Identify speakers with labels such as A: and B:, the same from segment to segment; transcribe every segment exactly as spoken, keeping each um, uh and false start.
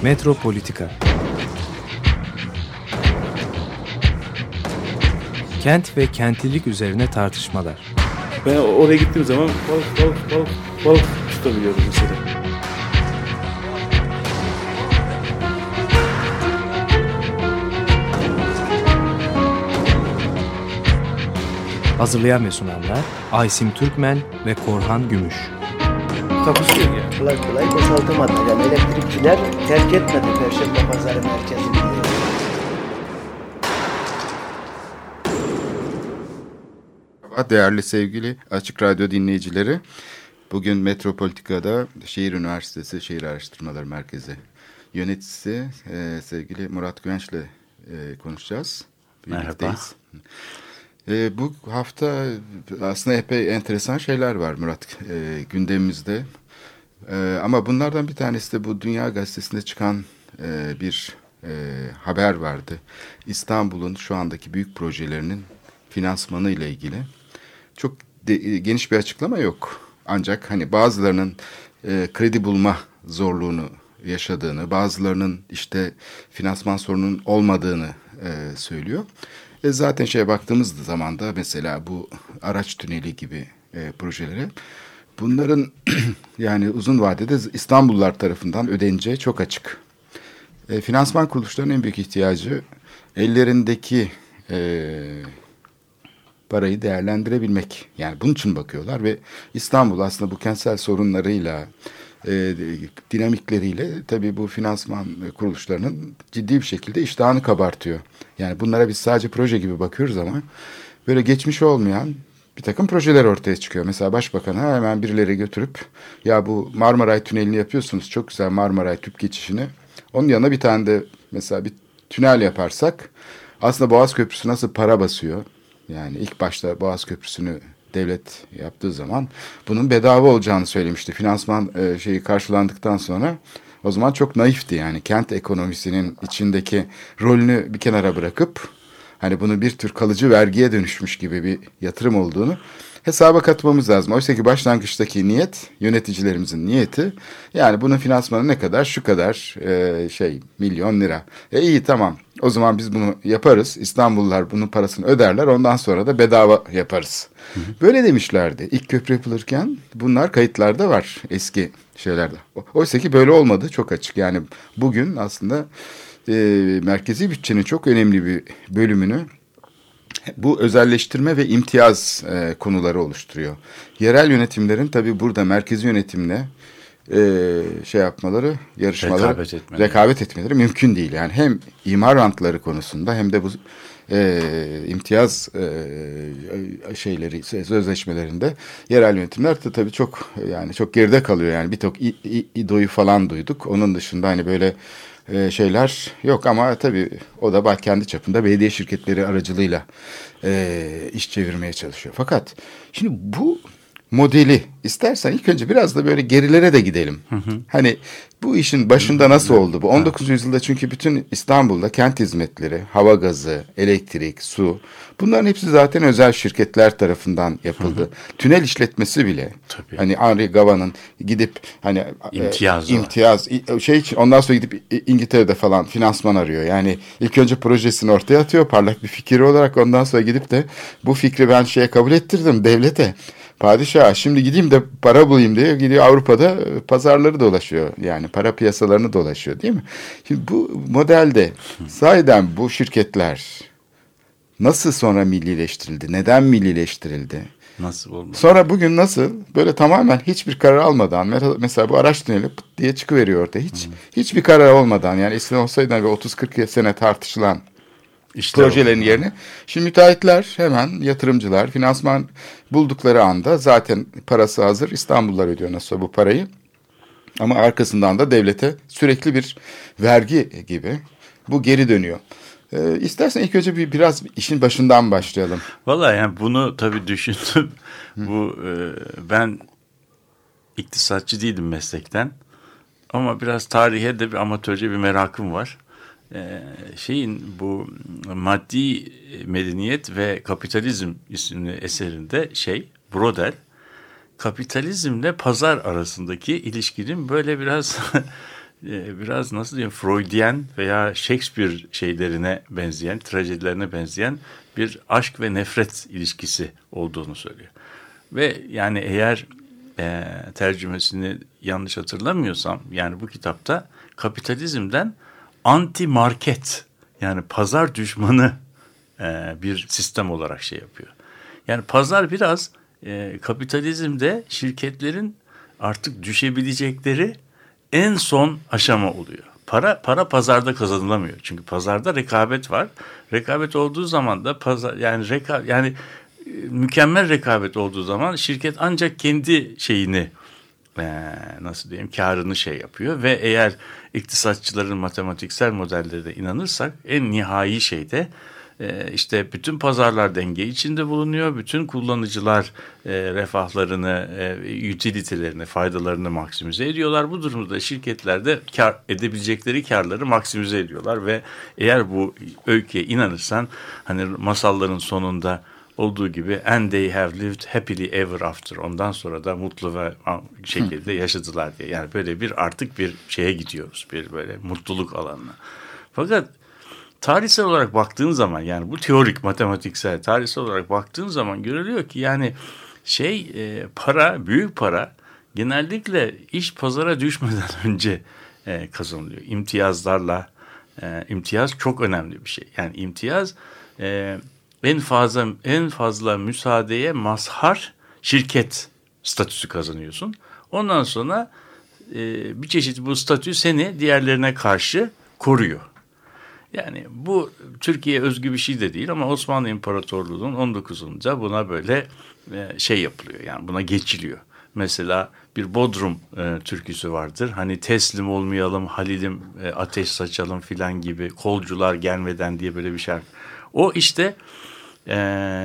A: Metropolitika. Kent ve kentlilik üzerine tartışmalar.
B: Ben oraya gittiğim zaman balık balık balık balık tutabiliyorum mesela.
A: Hazırlayan ve sunanlar Aysim Türkmen ve Korhan Gümüş.
C: Takusuyor yani. Kolay kolay boşaltamadı. Yani elektrikçiler terk etmedi Perşembe Pazarı merkezini.
D: Değerli sevgili Açık Radyo dinleyicileri, bugün Metropolitika'da Şehir Üniversitesi Şehir Araştırmaları Merkezi yöneticisi e, sevgili Murat Güvenç'le e, konuşacağız.
E: Merhaba.
D: E, bu hafta aslında epey enteresan şeyler var Murat e, gündemimizde. E, ama bunlardan bir tanesi de bu Dünya Gazetesi'nde çıkan e, bir e, haber vardı. İstanbul'un şu andaki büyük projelerinin finansmanı ile ilgili. Çok de, geniş bir açıklama yok. Ancak hani bazılarının e, kredi bulma zorluğunu yaşadığını, bazılarının işte finansman sorunun olmadığını e, söylüyor. E, zaten şeye baktığımız zaman da mesela bu araç tüneli gibi e, projelere bunların yani uzun vadede İstanbullular tarafından ödeneceği çok açık. E, finansman kuruluşlarının en büyük ihtiyacı ellerindeki e, parayı değerlendirebilmek. Yani bunun için bakıyorlar ve İstanbul aslında bu kentsel sorunlarıyla, e, dinamikleriyle tabii bu finansman kuruluşlarının ciddi bir şekilde iştahını kabartıyor. Yani bunlara biz sadece proje gibi bakıyoruz ama böyle geçmiş olmayan bir takım projeler ortaya çıkıyor. Mesela başbakana hemen birileri götürüp ya bu Marmaray Tüneli'ni yapıyorsunuz, çok güzel Marmaray tüp geçişini. Onun yanına bir tane de mesela bir tünel yaparsak aslında Boğaz Köprüsü nasıl para basıyor? Yani ilk başta Boğaz Köprüsü'nü devlet yaptığı zaman bunun bedava olacağını söylemişti. Finansman e, şeyi karşılandıktan sonra o zaman çok naifti yani kent ekonomisinin içindeki rolünü bir kenara bırakıp hani bunu bir tür kalıcı vergiye dönüşmüş gibi bir yatırım olduğunu hesaba katmamız lazım. Oysa ki başlangıçtaki niyet, yöneticilerimizin niyeti yani bunun finansmanı ne kadar? Şu kadar e, şey milyon lira. E iyi tamam o zaman biz bunu yaparız. İstanbullular bunun parasını öderler ondan sonra da bedava yaparız. Hı hı. Böyle demişlerdi. İlk köprü yapılırken bunlar kayıtlarda var eski şeylerde. Oysa ki böyle olmadı çok açık. Yani bugün aslında e, merkezi bütçenin çok önemli bir bölümünü bu özelleştirme ve imtiyaz e, konuları oluşturuyor. Yerel yönetimlerin tabii burada merkezi yönetimle e, şey yapmaları, yarışmaları,
E: rekabet etmeleri.
D: rekabet etmeleri mümkün değil. Yani hem imar rantları konusunda hem de bu e, imtiyaz e, şeyleri, sözleşmelerinde yerel yönetimler de tabii çok yani çok geride kalıyor. Yani bir tok İDO'yu falan duyduk. Onun dışında hani böyle Ee, şeyler yok ama tabii o da bak kendi çapında belediye şirketleri aracılığıyla e, iş çevirmeye çalışıyor. Fakat şimdi bu modeli istersen ilk önce biraz da böyle gerilere de gidelim. Hı hı. Hani bu işin başında nasıl oldu bu? on dokuzuncu yüzyılda çünkü bütün İstanbul'da kent hizmetleri, hava gazı, elektrik, su bunların hepsi zaten özel şirketler tarafından yapıldı. Hı hı. Tünel işletmesi bile tabii. Hani Henri Gava'nın gidip hani
E: imtiyaz,
D: e, imtiyaz şey için ondan sonra gidip İngiltere'de falan finansman arıyor. Yani ilk önce projesini ortaya atıyor parlak bir fikir olarak ondan sonra gidip de bu fikri ben şeye kabul ettirdim devlete. Padişah şimdi gideyim de para bulayım diye gidiyor Avrupa'da pazarları dolaşıyor. Yani para piyasalarını dolaşıyor değil mi? Şimdi bu modelde sahiden bu şirketler nasıl sonra millileştirildi? Neden millileştirildi?
E: Nasıl oldu?
D: Sonra bugün nasıl böyle tamamen hiçbir karar almadan mesela bu araç tüneli pıt diye çıkıveriyor ortaya. Hiç, hmm. hiçbir karar olmadan yani eskiden olsaydı ve otuz kırk sene tartışılan İşte projelerin oldu. Yerine şimdi müteahhitler hemen yatırımcılar finansman buldukları anda zaten parası hazır İstanbullular ödüyor nasıl bu parayı ama arkasından da devlete sürekli bir vergi gibi bu geri dönüyor. Ee, istersen ilk önce bir biraz işin başından başlayalım.
E: Vallahi yani bunu tabii düşündüm. bu e, ben iktisatçı değilim meslekten ama biraz tarihe de bir amatörce bir merakım var. Ee, şeyin bu Maddi Medeniyet ve Kapitalizm isimli eserinde şey Brodel kapitalizmle pazar arasındaki ilişkinin böyle biraz e, biraz nasıl diyeyim Freudian veya Shakespeare şeylerine benzeyen, trajedilerine benzeyen bir aşk ve nefret ilişkisi olduğunu söylüyor. Ve yani eğer e, tercümesini yanlış hatırlamıyorsam yani bu kitapta kapitalizmden anti market yani pazar düşmanı e, bir sistem olarak şey yapıyor. Yani pazar biraz e, kapitalizmde şirketlerin artık düşebilecekleri en son aşama oluyor. Para para pazarda kazanılamıyor. Çünkü pazarda rekabet var. Rekabet olduğu zaman da pazar yani reka, yani e, mükemmel rekabet olduğu zaman şirket ancak kendi şeyini e, nasıl diyeyim karını şey yapıyor ve eğer iktisatçıların matematiksel modellerine inanırsak en nihai şeyde e, işte bütün pazarlar denge içinde bulunuyor. Bütün kullanıcılar e, refahlarını, e, utilitelerini, faydalarını maksimize ediyorlar. Bu durumda şirketler de kar edebilecekleri karları maksimize ediyorlar ve eğer bu öyküye inanırsan hani masalların sonunda olduğu gibi and they have lived happily ever after. Ondan sonra da mutlu ve şekilde yaşadılar diye. Yani böyle bir artık bir şeye gidiyoruz. Bir böyle mutluluk alanına. Fakat tarihsel olarak baktığın zaman yani bu teorik, matematiksel, tarihsel olarak baktığın zaman görülüyor ki yani şey e, para, büyük para genellikle iş pazara düşmeden önce e, kazanılıyor. İmtiyazlarla, e, imtiyaz çok önemli bir şey. Yani imtiyaz e, en fazla en fazla müsaadeye mazhar şirket statüsü kazanıyorsun. Ondan sonra e, bir çeşit bu statü seni diğerlerine karşı koruyor. Yani bu Türkiye özgü bir şey de değil ama Osmanlı İmparatorluğu'nun on dokuzunda buna böyle e, şey yapılıyor. Yani buna geçiliyor. Mesela bir Bodrum e, türküsü vardır. Hani teslim olmayalım, Halil'im e, ateş saçalım filan gibi kolcular gelmeden diye böyle bir şarkı. O işte e,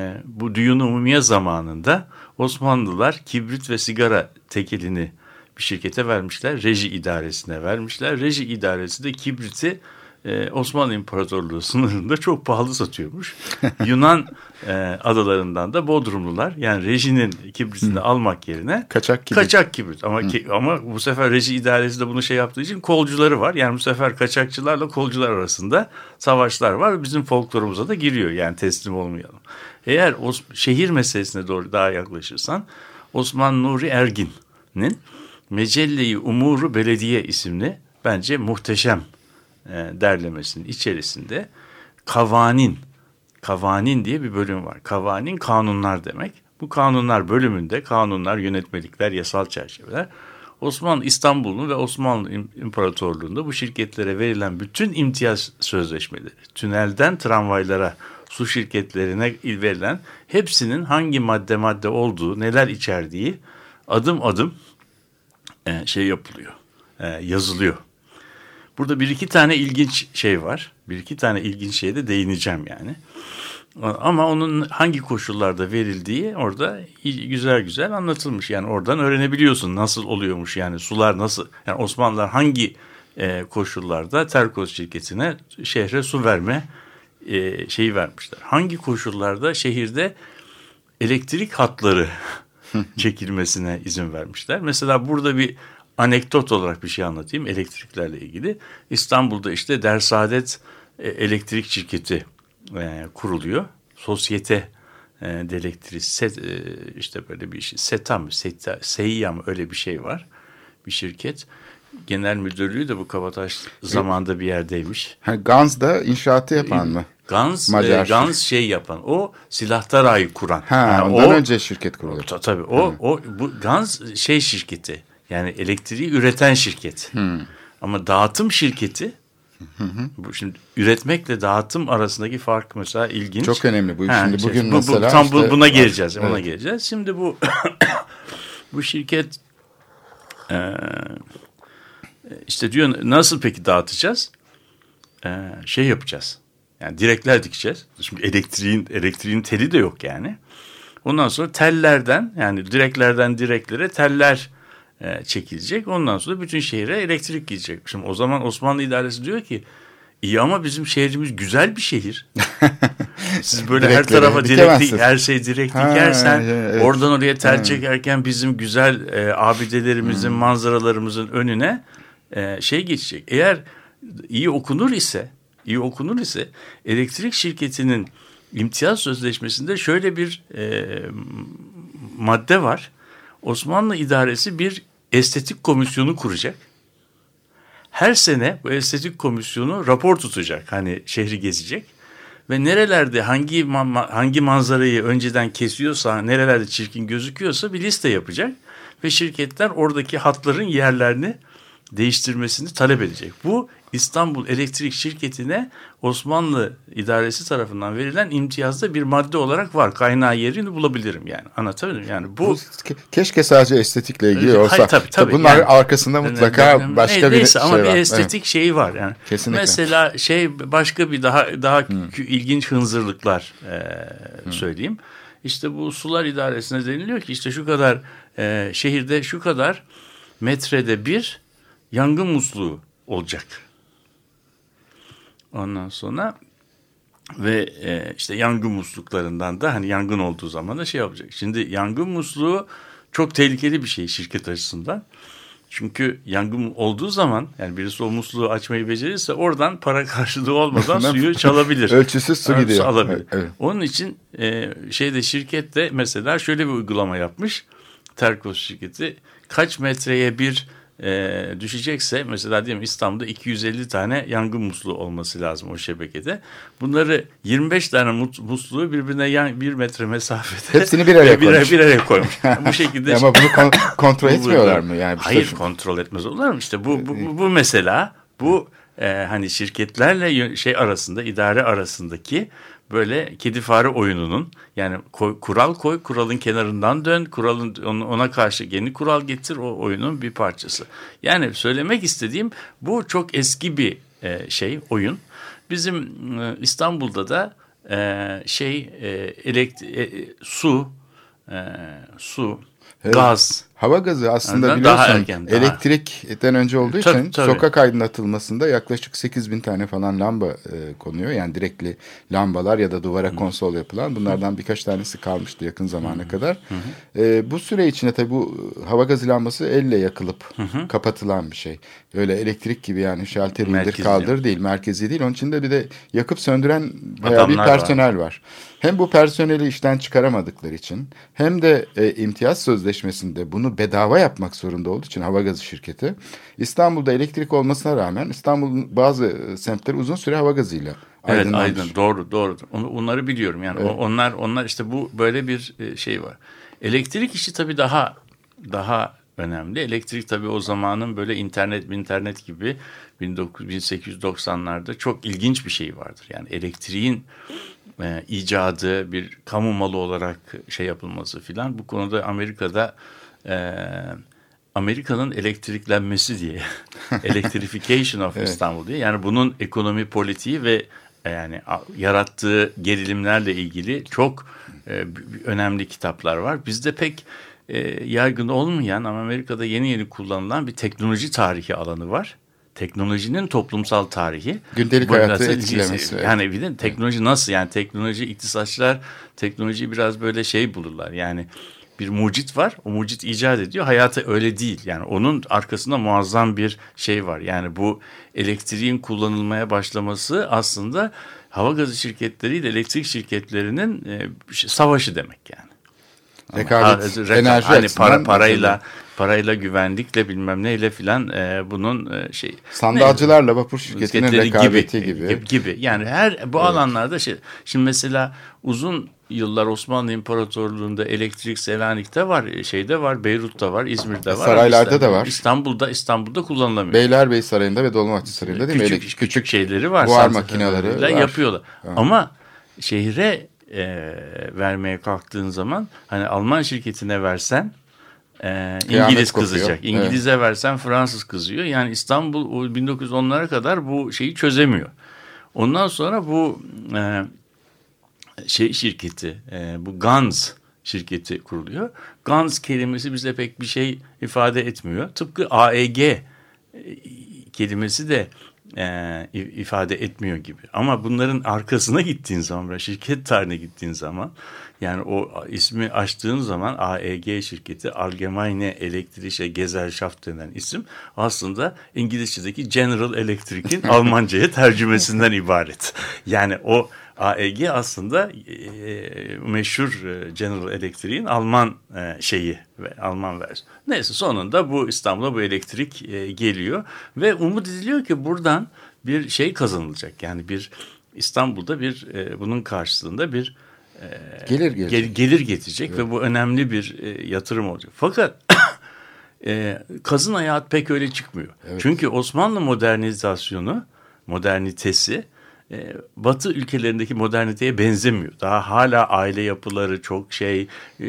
E: bu Düyun-u Umumiye zamanında Osmanlılar kibrit ve sigara tekelini bir şirkete vermişler. Reji idaresine vermişler. Reji idaresi de kibriti Ee, Osmanlı İmparatorluğu sınırında çok pahalı satıyormuş. Yunan e, adalarından da Bodrumlular yani rejinin kibritini Hı. almak yerine
D: kaçak kibrit.
E: Kaçak kibrit. Ama ki, ama bu sefer reji idaresi de bunu şey yaptığı için kolcuları var. Yani bu sefer kaçakçılarla kolcular arasında savaşlar var. Bizim folklorumuza da giriyor. Yani teslim olmayalım. Eğer o şehir meselesine doğru daha yaklaşırsan Osman Nuri Ergin'in Mecelle-i Umuru Belediye isimli bence muhteşem derlemesinin içerisinde kavanin, kavanin diye bir bölüm var. Kavanin kanunlar demek. Bu kanunlar bölümünde kanunlar, yönetmelikler, yasal çerçeveler Osmanlı İstanbul'un ve Osmanlı İmparatorluğu'nda bu şirketlere verilen bütün imtiyaz sözleşmeleri, tünelden tramvaylara, su şirketlerine verilen hepsinin hangi madde madde olduğu, neler içerdiği adım adım şey yapılıyor, yazılıyor. Burada bir iki tane ilginç şey var. Bir iki tane ilginç şeye de değineceğim yani. Ama onun hangi koşullarda verildiği orada güzel güzel anlatılmış. Yani oradan öğrenebiliyorsun nasıl oluyormuş yani sular nasıl. Yani Osmanlılar hangi e, koşullarda Terkos şirketine şehre su verme e, şeyi vermişler. Hangi koşullarda şehirde elektrik hatları çekilmesine izin vermişler. Mesela burada bir anekdot olarak bir şey anlatayım elektriklerle ilgili. İstanbul'da işte Dersaadet e, elektrik şirketi e, kuruluyor. Sosyete e, d'Elektrik set, e, işte böyle bir şey. SETA mı? SETA, SEİA mı? Öyle bir şey var. Bir şirket. Genel müdürlüğü de bu Kabataş zamanında bir yerdeymiş.
D: Ha, Gans'da inşaatı yapan mı?
E: Gans, e, Gans şey yapan. O Silahtaray'ı kuran.
D: Ha,
E: yani
D: ondan
E: o,
D: önce şirket kuruluyor.
E: Ta, tabii o, o bu Gans şey şirketi. Yani elektriği üreten şirket. Hmm. Ama dağıtım şirketi hı hı. Bu şimdi üretmekle dağıtım arasındaki fark mesela ilginç.
D: Çok önemli bu. Ha, şimdi bugün
E: bu,
D: mesela
E: bu, tam
D: işte,
E: buna geleceğiz.
D: Evet.
E: Ona geleceğiz. Şimdi bu bu şirket e, işte diyor nasıl peki dağıtacağız? E, şey yapacağız. Yani direkler dikeceğiz. Şimdi elektriğin elektriğin teli de yok yani. Ondan sonra tellerden yani direklerden direklere teller çekilecek. Ondan sonra bütün şehre elektrik gidecek. Şimdi o zaman Osmanlı idaresi diyor ki iyi ama bizim şehrimiz güzel bir şehir. Siz böyle her tarafa direkt her şey direkt dikersen evet. Oradan oraya tel ha. çekerken bizim güzel e, abidelerimizin, hmm. manzaralarımızın önüne e, şey geçecek. Eğer iyi okunur ise, iyi okunur ise elektrik şirketinin imtiyaz sözleşmesinde şöyle bir e, madde var. Osmanlı idaresi bir estetik komisyonu kuracak. Her sene bu estetik komisyonu rapor tutacak. Hani şehri gezecek ve nerelerde hangi hangi manzarayı önceden kesiyorsa, nerelerde çirkin gözüküyorsa bir liste yapacak ve şirketler oradaki hatların yerlerini değiştirmesini talep edecek. Bu İstanbul Elektrik Şirketi'ne Osmanlı idaresi tarafından verilen imtiyazda bir madde olarak var. Kaynağı yerini bulabilirim yani. Anlatabilirim yani bu.
D: Keşke sadece estetikle ilgili olsa.
E: Hayır, tabii, tabii.
D: Bunlar yani, arkasında mutlaka
E: ne, ne,
D: başka
E: ne,
D: bir
E: neyse,
D: şey
E: ama
D: var.
E: bir estetik
D: evet.
E: şeyi var yani.
D: Kesinlikle.
E: Mesela şey başka bir daha daha hmm. ilginç hınzırlıklar e, hmm. söyleyeyim. İşte bu sular idaresine deniliyor ki işte şu kadar e, şehirde şu kadar metrede bir yangın musluğu olacak. Ondan sonra ve e, işte yangın musluklarından da hani yangın olduğu zaman da şey yapacak. Şimdi yangın musluğu çok tehlikeli bir şey şirket açısından. Çünkü yangın olduğu zaman yani birisi o musluğu açmayı becerirse oradan para karşılığı olmadan suyu çalabilir.
D: Ölçüsüz su
E: yani
D: gidiyor.
E: Su alabilir.
D: Evet, evet.
E: Onun için e, şeyde şirkette mesela şöyle bir uygulama yapmış. Terkos şirketi kaç metreye bir e, düşecekse mesela diyelim İstanbul'da iki yüz elli tane yangın musluğu olması lazım o şebekede. Bunları yirmi beş tane musluğu birbirine yan, bir metre mesafede
D: hepsini bir araya koymuş.
E: Bir, bir araya koymuş. Yani bu şekilde.
D: Ama bunu kon- kontrol etmiyorlar mı? Yani
E: hayır
D: şey...
E: kontrol etmez olurlar mı? İşte bu, bu, bu, bu mesela bu e, hani şirketlerle şey arasında idare arasındaki böyle kedi fare oyununun yani koy, kural koy, kuralın kenarından dön, kuralın ona karşı yeni kural getir, o oyunun bir parçası. Yani söylemek istediğim bu çok eski bir e, şey oyun. Bizim e, İstanbul'da da e, şey e, elekt e, su e, su
D: evet.
E: Gaz.
D: Hava gazı aslında
E: daha
D: biliyorsun
E: erken, daha...
D: elektrikten önce olduğu
E: tabii,
D: için
E: tabii.
D: sokak aydınlatılmasında yaklaşık sekiz bin tane falan lamba e, konuyor. Yani direktli lambalar ya da duvara konsol yapılan bunlardan birkaç tanesi kalmıştı yakın zamana kadar. E, bu süre içinde tabii bu hava gazı lambası elle yakılıp kapatılan bir şey. Öyle elektrik gibi yani şalter indir kaldır değil, merkezi değil. Onun için de bir de yakıp söndüren bayağı bir personel var. var. Hem bu personeli işten çıkaramadıkları için hem de e, imtiyaz sözleşmesinde bunu bedava yapmak zorunda olduğu için hava gazı şirketi İstanbul'da elektrik olmasına rağmen İstanbul'un bazı semtleri uzun süre hava gazıyla aydınlanmış.
E: Evet, aydın doğru doğru. Onu, onları biliyorum yani. Evet. Onlar onlar işte bu böyle bir şey var. Elektrik işi tabii daha daha önemli. Elektrik tabii o zamanın böyle internet internet gibi bin sekiz yüz doksanlarda çok ilginç bir şey vardır. Yani elektriğin e, icadı bir kamu malı olarak şey yapılması filan. Bu konuda Amerika'da e, Amerika'nın elektriklenmesi diye Electrification of evet. İstanbul diye. Yani bunun ekonomi politiği ve yani yarattığı gerilimlerle ilgili çok e, önemli kitaplar var. Bizde pek e, yaygın olmayan ama Amerika'da yeni yeni kullanılan bir teknoloji tarihi alanı var. Teknolojinin toplumsal tarihi.
D: Gündelik
E: bu
D: hayatı etkilemesi.
E: Yani bir de teknoloji nasıl yani teknoloji iktisatçılar teknolojiyi biraz böyle şey bulurlar. Yani bir mucit var. O mucit icat ediyor. Hayatı öyle değil. Yani onun arkasında muazzam bir şey var. Yani bu elektriğin kullanılmaya başlaması aslında hava gazı şirketleriyle elektrik şirketlerinin e, savaşı demek yani.
D: Rekabet,
E: Ama,
D: enerji
E: hani para parayla
D: mesela.
E: parayla güvenlikle bilmem neyle filan e, bunun e, şey
D: sandalcılarla vapur şirketinin rekabeti gibi,
E: gibi gibi gibi. Yani her bu evet. alanlarda şey. Şimdi mesela uzun yıllar Osmanlı İmparatorluğu'nda elektrik Selanik'te var, şeyde var, Beyrut'ta var, İzmir'de var.
D: Saraylarda İstanbul, da var.
E: İstanbul'da İstanbul'da kullanılamıyor.
D: Beylerbeyi Sarayı'nda ve Dolmabahçe Sarayı'nda değil mi?
E: Küçük,
D: küçük,
E: küçük şeyleri var.
D: Buhar makineleri var.
E: Yapıyorlar. Ha. Ama şehre e, vermeye kalktığın zaman hani Alman şirketine versen e, İngiliz kızacak. İngiliz'e evet. versen Fransız kızıyor. Yani İstanbul bin dokuz yüz onlara kadar bu şeyi çözemiyor. Ondan sonra bu e, şey şirketi, e, bu Ganz şirketi kuruluyor. Ganz kelimesi bize pek bir şey ifade etmiyor. Tıpkı A E G kelimesi de e, ifade etmiyor gibi. Ama bunların arkasına gittiğin zaman, şirket tarihine gittiğin zaman, yani o ismi açtığın zaman A E G şirketi, Allgemeine Elektrische Gesellschaft denen isim aslında İngilizce'deki General Electric'in Almanca'ya tercümesinden ibaret. Yani o A E G aslında e, meşhur General Electric'in Alman e, şeyi ve Alman versiyonu. Neyse, sonunda bu İstanbul'a bu elektrik e, geliyor ve umut ediliyor ki buradan bir şey kazanılacak. Yani bir İstanbul'da bir e, bunun karşılığında bir e,
D: gelir gelecek.
E: Gel, gelir getirecek, evet. Ve bu önemli bir e, yatırım olacak. Fakat e, kazın ayağı pek öyle çıkmıyor. Evet. Çünkü Osmanlı modernizasyonu, modernitesi Batı ülkelerindeki moderniteye benzemiyor. Daha hala aile yapıları çok şey,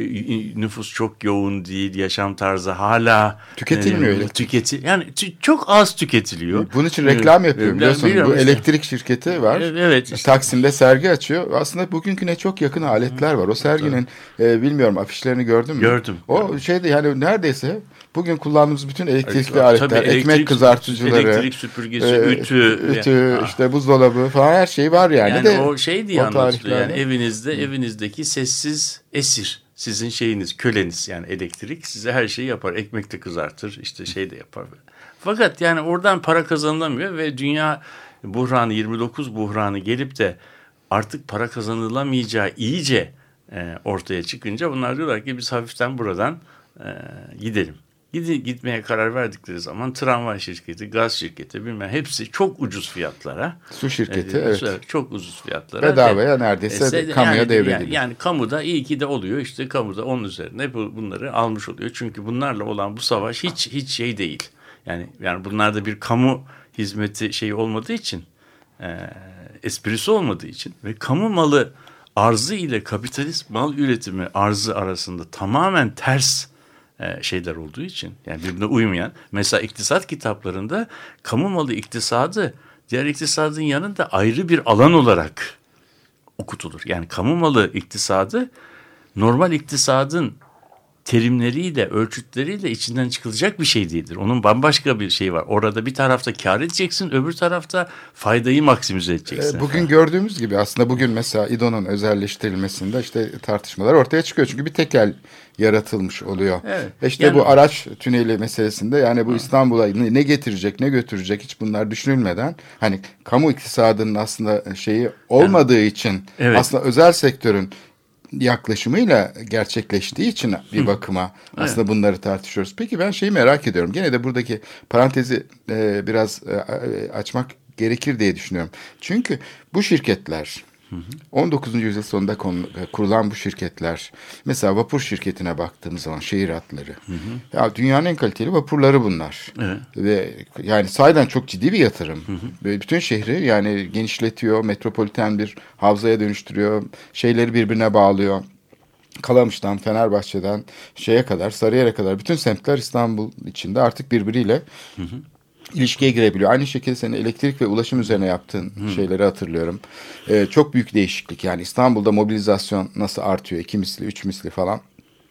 E: nüfus çok yoğun değil, yaşam tarzı hala
D: tüketilmiyor.
E: E, tüketi yani t- çok az tüketiliyor.
D: Bunun için reklam yapıyor biliyorsun. Bu elektrik şirketi var.
E: Evet. Işte.
D: Taksim'de sergi açıyor. Aslında bugünküne çok yakın aletler var. O serginin e, bilmiyorum afişlerini gördün mü?
E: Gördüm.
D: O
E: gördüm.
D: şeyde yani neredeyse bugün kullandığımız bütün elektrikli evet, aletler,
E: tabii,
D: ekmek
E: elektrik,
D: kızartıcıları,
E: elektrik süpürgesi,
D: e,
E: ütü,
D: ütü,
E: yani,
D: işte buzdolabı falan her şey var yani.
E: Yani
D: de,
E: o şey diye anlatılıyor. Yani evinizde, Hı. evinizdeki sessiz esir, sizin şeyiniz, köleniz, yani elektrik size her şeyi yapar. Ekmek de kızartır, işte şey de yapar. Fakat yani oradan para kazanılamıyor ve dünya buhranı, yirmi dokuz buhranı gelip de artık para kazanılamayacağı iyice e, ortaya çıkınca bunlar diyorlar ki biz hafiften buradan e, gidelim. Gitmeye karar verdikleri zaman tramvay şirketi, gaz şirketi bilmem hepsi çok ucuz fiyatlara.
D: Su şirketi
E: e,
D: evet.
E: Çok ucuz fiyatlara.
D: Bedavaya neredeyse e, kamuya
E: yani,
D: devrediliyor.
E: Yani, yani kamuda iyi ki de oluyor, işte kamuda onun üzerine bunları almış oluyor. Çünkü bunlarla olan bu savaş hiç hiç şey değil. Yani yani bunlarda bir kamu hizmeti şeyi olmadığı için, e, esprisi olmadığı için ve kamu malı arzı ile kapitalist mal üretimi arzı arasında tamamen ters şeyler olduğu için, yani birbirine uymayan, mesela iktisat kitaplarında kamu malı iktisadı diğer iktisadın yanında ayrı bir alan olarak okutulur. Yani kamu malı iktisadı normal iktisadın terimleriyle, ölçütleriyle içinden çıkılacak bir şey değildir. Onun bambaşka bir şey var. Orada bir tarafta kar edeceksin, öbür tarafta faydayı maksimize edeceksin.
D: Bugün yani. Gördüğümüz gibi aslında bugün mesela İDO'nun özelleştirilmesinde işte tartışmalar ortaya çıkıyor. Çünkü bir tekel yaratılmış oluyor. Evet. İşte yani, bu araç tüneli meselesinde yani bu İstanbul'a ne getirecek, ne götürecek hiç bunlar düşünülmeden hani kamu iktisadının aslında şeyi olmadığı yani, için evet. Aslında özel sektörün yaklaşımıyla gerçekleştiği için bir bakıma Hı. aslında evet. bunları tartışıyoruz. Peki ben şeyi merak ediyorum. Gene de buradaki parantezi e, biraz e, açmak gerekir diye düşünüyorum. Çünkü bu şirketler Hı hı. on dokuzuncu yüzyıl sonunda kurulan bu şirketler, mesela vapur şirketine baktığımız zaman şehir hatları, hı hı. ya dünyanın en kaliteli vapurları bunlar. Evet. Ve yani sahiden çok ciddi bir yatırım. Hı hı. Ve bütün şehri yani genişletiyor, metropoliten bir havzaya dönüştürüyor, şeyleri birbirine bağlıyor. Kalamış'tan, Fenerbahçe'den şeye kadar, Sarıyer'e kadar bütün semtler İstanbul içinde artık birbiriyle hı hı. ilişkiye girebiliyor. Aynı şekilde senin elektrik ve ulaşım üzerine yaptığın hmm. şeyleri hatırlıyorum. Ee, çok büyük değişiklik. Yani İstanbul'da mobilizasyon nasıl artıyor? İki misli, üç misli falan.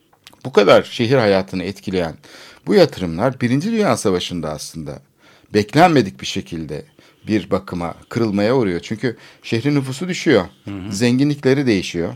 D: Bu kadar şehir hayatını etkileyen bu yatırımlar Birinci Dünya Savaşı'nda aslında beklenmedik bir şekilde bir bakıma kırılmaya uğruyor. Çünkü şehrin nüfusu düşüyor. Hmm. Zenginlikleri değişiyor.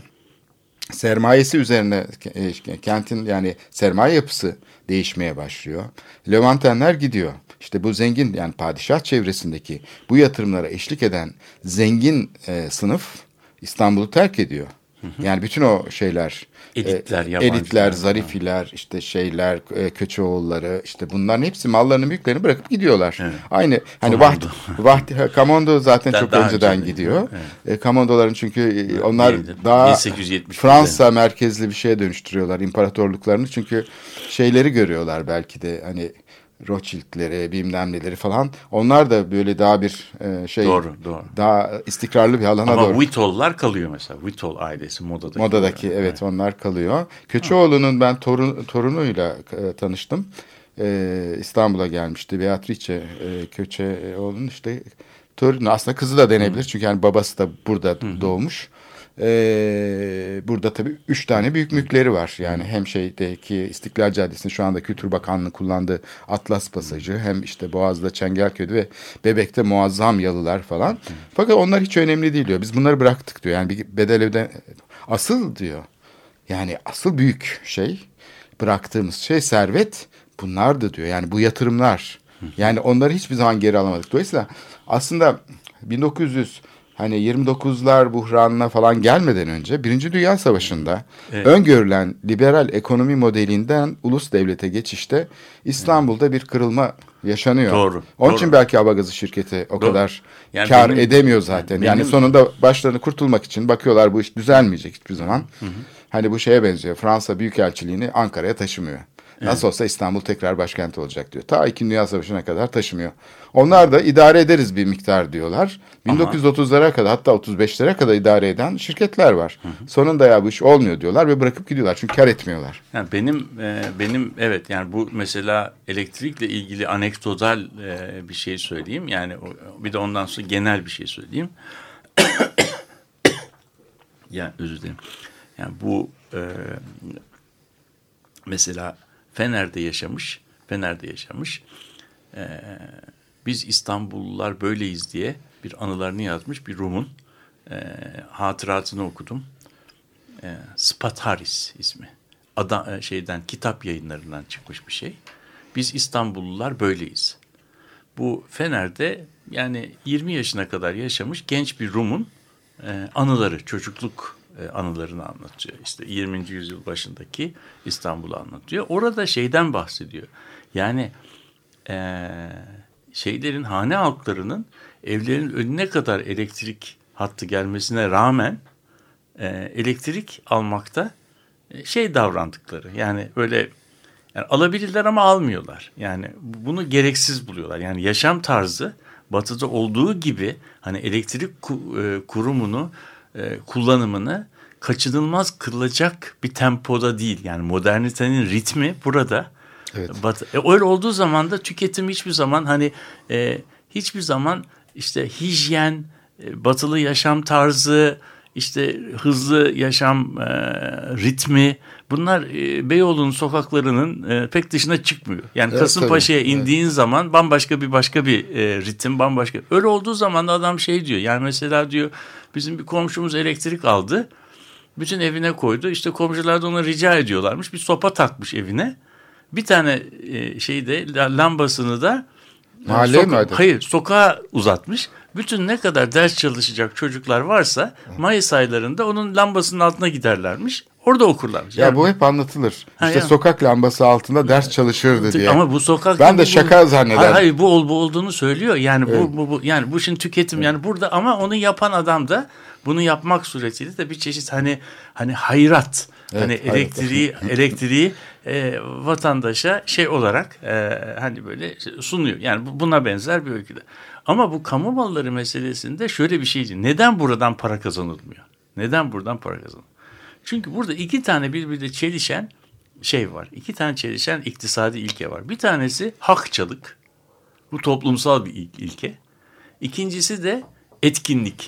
D: Sermayesi üzerine kentin yani sermaye yapısı değişmeye başlıyor. Levantenler gidiyor. İşte bu zengin yani padişah çevresindeki bu yatırımlara eşlik eden zengin e, sınıf İstanbul'u terk ediyor. Hı hı. Yani bütün o şeyler,
E: elitler,
D: e, elitler, zarifiler, işte şeyler, e, Köçeoğulları, işte bunların hepsi mallarını, mülklerini bırakıp gidiyorlar. Evet. Aynı hani Vahdi, Vahdi, Kamondo zaten daha, çok daha önceden önce gidiyor. Evet. E, Kamondoların çünkü e, onlar Neydi? daha Fransa merkezli bir şeye dönüştürüyorlar imparatorluklarını. Çünkü şeyleri görüyorlar belki de hani Rothschild'leri, bilmem neleri falan. Onlar da böyle daha bir e, şey, doğru, doğru. daha istikrarlı bir alana
E: Ama
D: doğru.
E: Ama Whittall'lar kalıyor mesela. Whittall ailesi modadaki.
D: Modadaki evet, evet onlar kalıyor. Köçeoğlu'nun ben torun, torunuyla e, tanıştım. E, İstanbul'a gelmişti. Beatrice e, Köçeoğlu'nun işte torunu, aslında kızı da denebilir. Hı. Çünkü yani babası da burada Hı. doğmuş. E, burada burada tabii üç tane büyük mülkleri var. Yani hem şeydeki İstiklal Caddesi'nin şu anda Kültür Bakanlığı'nın kullandığı Atlas Pasajı, hem işte Boğaz'da Çengelköy'de ve Bebek'te muazzam yalılar falan. Fakat onlar hiç önemli değil diyor. Biz bunları bıraktık diyor. Yani bir Bedelev'den asıl diyor. Yani asıl büyük şey, bıraktığımız şey, servet bunlardı diyor. Yani bu yatırımlar. Yani onları hiçbir zaman geri alamadık. Dolayısıyla aslında bin dokuz yüz hani yirmi dokuzlar buhranına falan gelmeden önce Birinci Dünya Savaşı'nda evet. öngörülen liberal ekonomi modelinden ulus devlete geçişte İstanbul'da bir kırılma yaşanıyor.
E: Doğru.
D: Onun
E: doğru.
D: için belki hava gazı şirketi o doğru. kadar yani kar benim, edemiyor zaten. Benim, yani sonunda başlarını kurtulmak için bakıyorlar bu iş düzelmeyecek hiçbir zaman. Hı hı. Hani bu şeye benziyor. Fransa Büyükelçiliğini Ankara'ya taşımıyor. Nasıl olsa İstanbul tekrar başkent olacak diyor. Ta İkinci Dünya Savaşı'na kadar taşımıyor. Onlar da idare ederiz bir miktar diyorlar. bin dokuz yüz otuzlara kadar, hatta otuz beşlere kadar idare eden şirketler var. Hı hı. Sonunda ya bu iş olmuyor diyorlar ve bırakıp gidiyorlar. Çünkü kar etmiyorlar.
E: Yani benim e, benim evet yani bu mesela elektrikle ilgili anekdotal e, bir şey söyleyeyim. Yani o, bir de ondan sonra genel bir şey söyleyeyim. Yani özür dilerim. Yani bu e, mesela Fener'de yaşamış, Fener'de yaşamış. Ee, biz İstanbullular böyleyiz diye bir anılarını yazmış bir Rum'un e, hatıratını okudum. E, Spataris ismi. Adam, şeyden kitap yayınlarından çıkmış bir şey. Biz İstanbullular böyleyiz. Bu Fener'de yani yirmi yaşına kadar yaşamış genç bir Rum'un e, anıları, çocukluk anılarını anlatıyor. İşte yirminci yüzyıl başındaki İstanbul'u anlatıyor. Orada şeyden bahsediyor. Yani e, şeylerin, hane halklarının evlerin önüne kadar elektrik hattı gelmesine rağmen e, elektrik almakta e, şey davrandıkları. Yani öyle yani alabilirler ama almıyorlar. Yani bunu gereksiz buluyorlar. Yani yaşam tarzı Batı'da olduğu gibi hani elektrik ku, e, kurumunu E, kullanımını kaçınılmaz kılacak bir tempoda değil. Yani modernitenin ritmi burada. Evet. Batı, e, öyle olduğu zaman da tüketim hiçbir zaman hani e, hiçbir zaman işte hijyen, e, batılı yaşam tarzı, işte hızlı yaşam e, ritmi bunlar e, Beyoğlu'nun sokaklarının e, pek dışına çıkmıyor. Yani evet, Kasımpaşa'ya tabii. indiğin evet. zaman bambaşka bir başka bir e, ritim, bambaşka. Öyle olduğu zaman da adam şey diyor. Yani mesela diyor bizim bir komşumuz elektrik aldı. Bütün evine koydu. İşte komşular da ona rica ediyorlarmış. Bir sopa takmış evine. Bir tane e, şeyde lambasını da
D: Mahalle soka- mi?
E: Hayır, sokağa uzatmış. Bütün ne kadar ders çalışacak çocuklar varsa Mayıs aylarında onun lambasının altına giderlermiş. Orada okurlarmış.
D: Ya
E: yani,
D: bu hep anlatılır. Ha, işte
E: ya.
D: sokak lambası altında ders çalışırdı diye.
E: Ama bu sokak
D: ben de şaka
E: bu,
D: zannederim.
E: Hayır, hayır bu, bu olduğunu söylüyor. Yani evet. bu, bu, bu yani bu şimdi tüketim evet. yani burada ama onu yapan adam da bunu yapmak suretiyle de bir çeşit hani hani hayrat. Evet, hani elektriği hayrat. elektriği e, vatandaşa şey olarak e, hani böyle sunuyor. Yani buna benzer bir öyküde. Ama bu kamu malları meselesinde şöyle bir şey. Neden buradan para kazanılmıyor? Neden buradan para kazanılmıyor? Çünkü burada iki tane birbiriyle çelişen şey var. İki tane çelişen iktisadi ilke var. Bir tanesi hakçılık. Bu toplumsal bir ilke. İkincisi de etkinlik.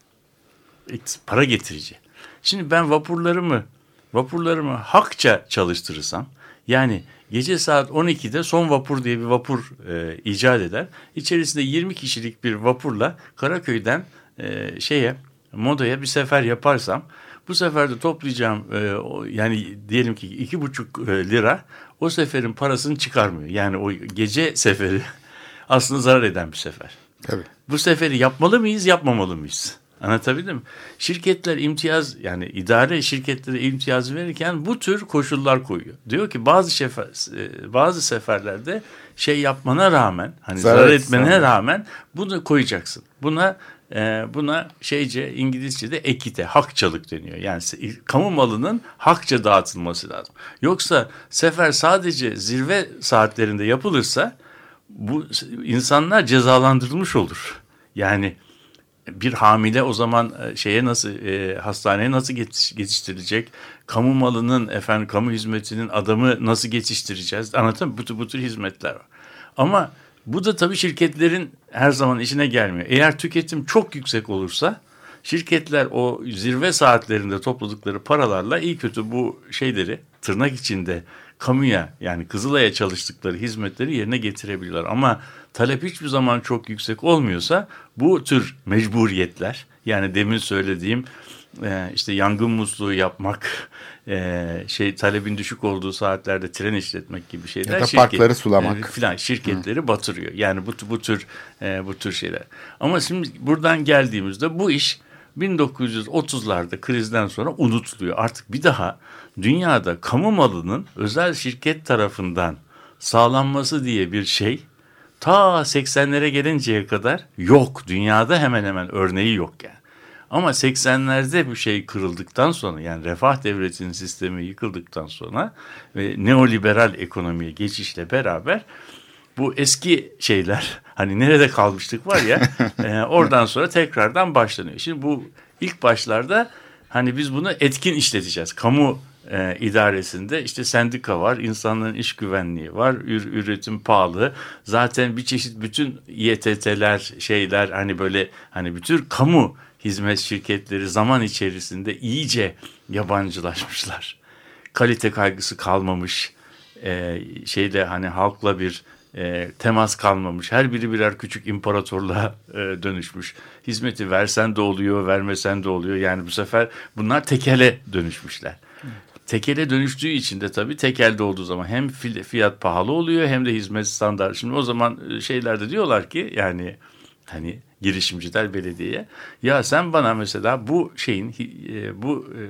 E: Para getirici. Şimdi ben vapurlarımı vapurlarımı hakça çalıştırırsam yani gece saat on ikide son vapur diye bir vapur e, icat eder. İçerisinde yirmi kişilik bir vapurla Karaköy'den e, şeye Moda'ya bir sefer yaparsam bu seferde toplayacağım e, o, yani diyelim ki iki buçuk e, lira o seferin parasını çıkarmıyor. Yani o gece seferi aslında zarar eden bir sefer.
D: Tabii.
E: Bu seferi yapmalı mıyız, yapmamalı mıyız? Anlatabildim mi? Şirketler imtiyaz yani idare şirketlere imtiyaz verirken bu tür koşullar koyuyor. Diyor ki bazı şefer, bazı seferlerde şey yapmana rağmen hani zarar, zarar etmene zarar. rağmen bunu koyacaksın. Buna e, buna şeyce İngilizce'de ekite, hakçılık deniyor. Yani kamu malının hakça dağıtılması lazım. Yoksa sefer sadece zirve saatlerinde yapılırsa bu insanlar cezalandırılmış olur. Yani bir hamile o zaman şeye nasıl e, hastaneye nasıl yetiş, yetiştirilecek? Kamu malının efendim kamu hizmetinin adamı nasıl yetiştireceğiz? Anlatın mı? Bu tür, bu tür hizmetler var. Ama bu da tabii şirketlerin her zaman işine gelmiyor. Eğer tüketim çok yüksek olursa şirketler o zirve saatlerinde topladıkları paralarla iyi kötü bu şeyleri tırnak içinde kamuya yani Kızılay'a çalıştıkları hizmetleri yerine getirebiliyorlar. Ama talep hiçbir zaman çok yüksek olmuyorsa bu tür mecburiyetler yani demin söylediğim e, işte yangın musluğu yapmak, e, şey talebin düşük olduğu saatlerde tren işletmek gibi şeyler
D: ya da
E: şirket,
D: parkları sulamak
E: e, filan şirketleri Hı. batırıyor. Yani bu bu tür e, bu tür şeyler. Ama şimdi buradan geldiğimizde bu iş bin dokuz yüz otuzlarda krizden sonra unutuluyor. Artık bir daha dünyada kamu malının özel şirket tarafından sağlanması diye bir şey ta seksenlere gelinceye kadar yok. Dünyada hemen hemen örneği yok yani. Ama seksenlerde bu şey kırıldıktan sonra yani refah devletinin sistemi yıkıldıktan sonra ve neoliberal ekonomiye geçişle beraber bu eski şeyler hani nerede kalmıştık var ya e, oradan sonra tekrardan başlanıyor. Şimdi bu ilk başlarda hani biz bunu etkin işleteceğiz. Kamu e, idaresinde işte sendika var, insanların iş güvenliği var, ür, üretim pahalı. Zaten bir çeşit bütün Y T T'ler şeyler hani böyle hani bütün kamu hizmet şirketleri zaman içerisinde iyice yabancılaşmışlar. Kalite kaygısı kalmamış. E, şeyde hani halkla bir e, temas kalmamış. Her biri birer küçük imparatorluğa e, dönüşmüş. Hizmeti versen de oluyor, vermesen de oluyor. Yani bu sefer bunlar tekele dönüşmüşler. Tekele dönüştüğü için de tabii tekelde olduğu zaman hem fiyat pahalı oluyor hem de hizmet standart. Şimdi o zaman şeylerde diyorlar ki yani hani girişimciler belediyeye ya sen bana mesela bu şeyin bu e,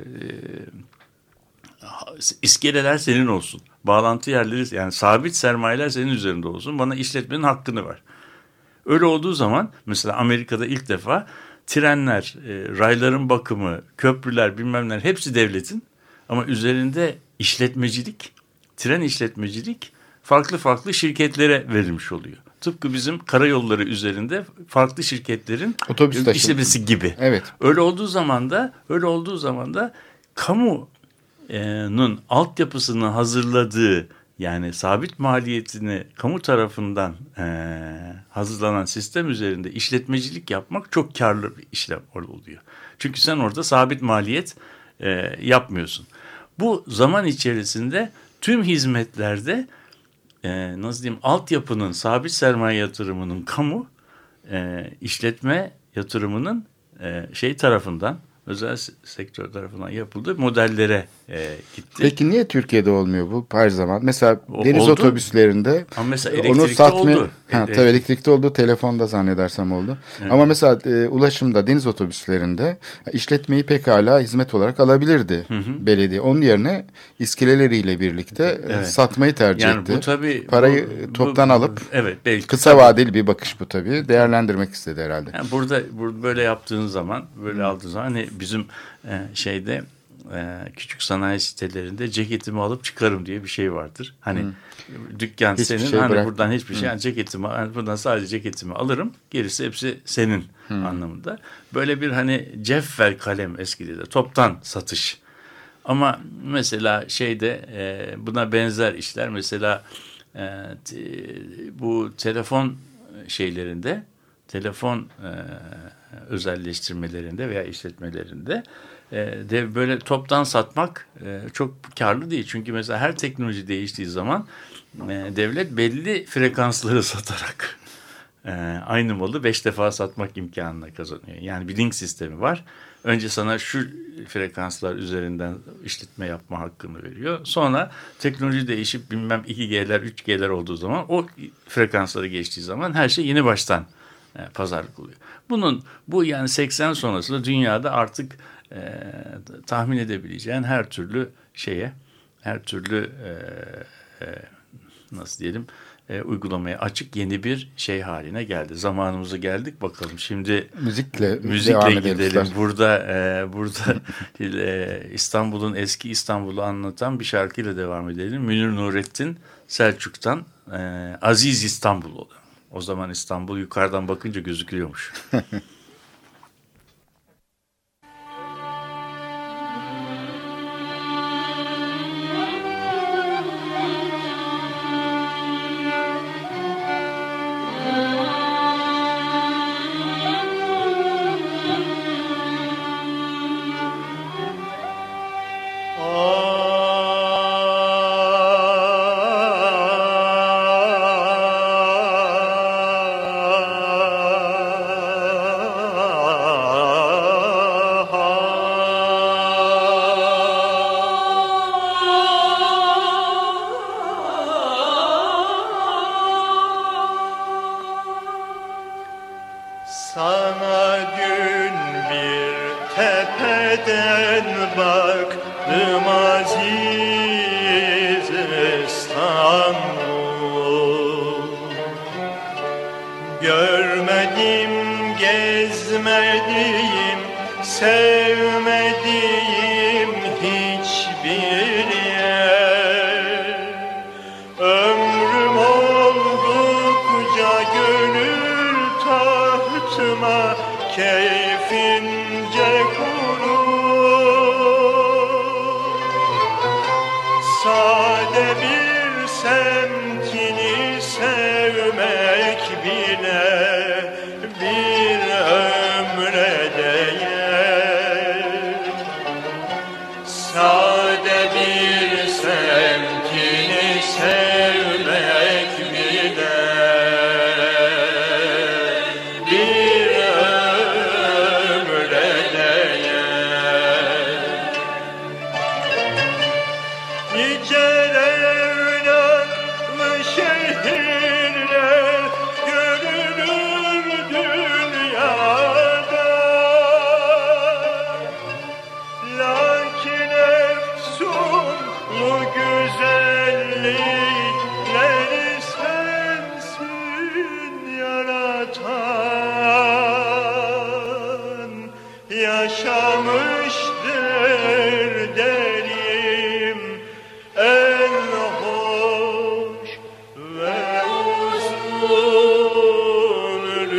E: iskeleler senin olsun. Bağlantı yerleri yani sabit sermayeler senin üzerinde olsun. Bana işletmenin hakkını ver. Öyle olduğu zaman mesela Amerika'da ilk defa trenler, e, rayların bakımı, köprüler bilmem neler hepsi devletin. Ama üzerinde işletmecilik, tren işletmecilik farklı farklı şirketlere verilmiş oluyor. Tıpkı bizim karayolları üzerinde farklı şirketlerin
D: otobüs
E: işletmesi gibi.
D: Evet.
E: Öyle olduğu zaman da öyle olduğu zaman da kamunun altyapısını hazırladığı yani sabit maliyetini kamu tarafından e, hazırlanan sistem üzerinde işletmecilik yapmak çok karlı bir işlem oluyor. Çünkü sen orada sabit maliyet e, yapmıyorsun. Bu zaman içerisinde tüm hizmetlerde e, nasıl diyeyim altyapının sabit sermaye yatırımının kamu e, işletme yatırımının e, şey tarafından özel sektör tarafından yapıldığı modellere e, gitti.
D: Peki niye Türkiye'de olmuyor bu her zaman? Mesela
E: O,
D: deniz
E: oldu.
D: otobüsleri
E: Ama mesela
D: onu
E: elektrikte
D: satmıyor.
E: oldu.
D: Ha,
E: Elektrik.
D: tabii elektrikte oldu, telefonda zannedersem oldu. Evet. Ama mesela e, ulaşımda, deniz otobüslerinde işletmeyi pekala hizmet olarak alabilirdi hı hı. belediye. Onun yerine iskeleleriyle birlikte evet. satmayı tercih
E: yani
D: etti.
E: Bu tabii,
D: Parayı
E: bu,
D: toptan
E: bu,
D: alıp
E: evet, belki,
D: kısa
E: tabii.
D: vadeli bir bakış bu tabii. Değerlendirmek istedi herhalde.
E: Yani burada, burada böyle yaptığın zaman, böyle hı. aldığın zaman hani bizim e, şeyde e, küçük sanayi sitelerinde ceketimi alıp çıkarım diye bir şey vardır. Hani hı. dükkan hiçbir senin şey hani bırak. Buradan hiçbir şey yani ceketimi yani buradan sadece ceketimi alırım gerisi hepsi senin hı. anlamında. Böyle bir hani ceffel kalem eskide de toptan satış. Ama mesela şeyde e, buna benzer işler mesela e, t, bu telefon şeylerinde telefon e, özelleştirmelerinde veya işletmelerinde e, de böyle toptan satmak e, çok karlı değil. Çünkü mesela her teknoloji değiştiği zaman e, devlet belli frekansları satarak e, aynı malı beş defa satmak imkanına kazanıyor. Yani bir link sistemi var. Önce sana şu frekanslar üzerinden işletme yapma hakkını veriyor. Sonra teknoloji değişip bilmem iki G'ler, üç G'ler olduğu zaman o frekansları geçtiği zaman her şey yeni baştan e, pazarlık oluyor. Bunun bu yani seksen sonrasında dünyada artık e, tahmin edebileceğin her türlü şeye, her türlü e, e, nasıl diyelim e, uygulamaya açık yeni bir şey haline geldi. Zamanımıza geldik bakalım. Şimdi
D: müzikle
E: müzikle gidelim. Burada e, burada e, İstanbul'un eski İstanbul'u anlatan bir şarkıyla devam edelim. Münir Nurettin Selçuk'tan e, Aziz İstanbul oldu. O zaman İstanbul yukarıdan bakınca gözüküyormuş.
F: Sana dün bir tepeden baktım aziz İstanbul. Görmedim, gezmedim, sevmediğim hiçbir yer. Ömrüm oldukça gönül tahtıma keyfince kurur. Sade bir semtini sevmek bile bir ömre değer. Sade bir semtini sevmek bile bir ömre değer. Niceler namlı şehirler görünür dünyada. Lakin efsunlu güzellikleri sensin yaratan. Yaşamıştır derim en hoş ve uzun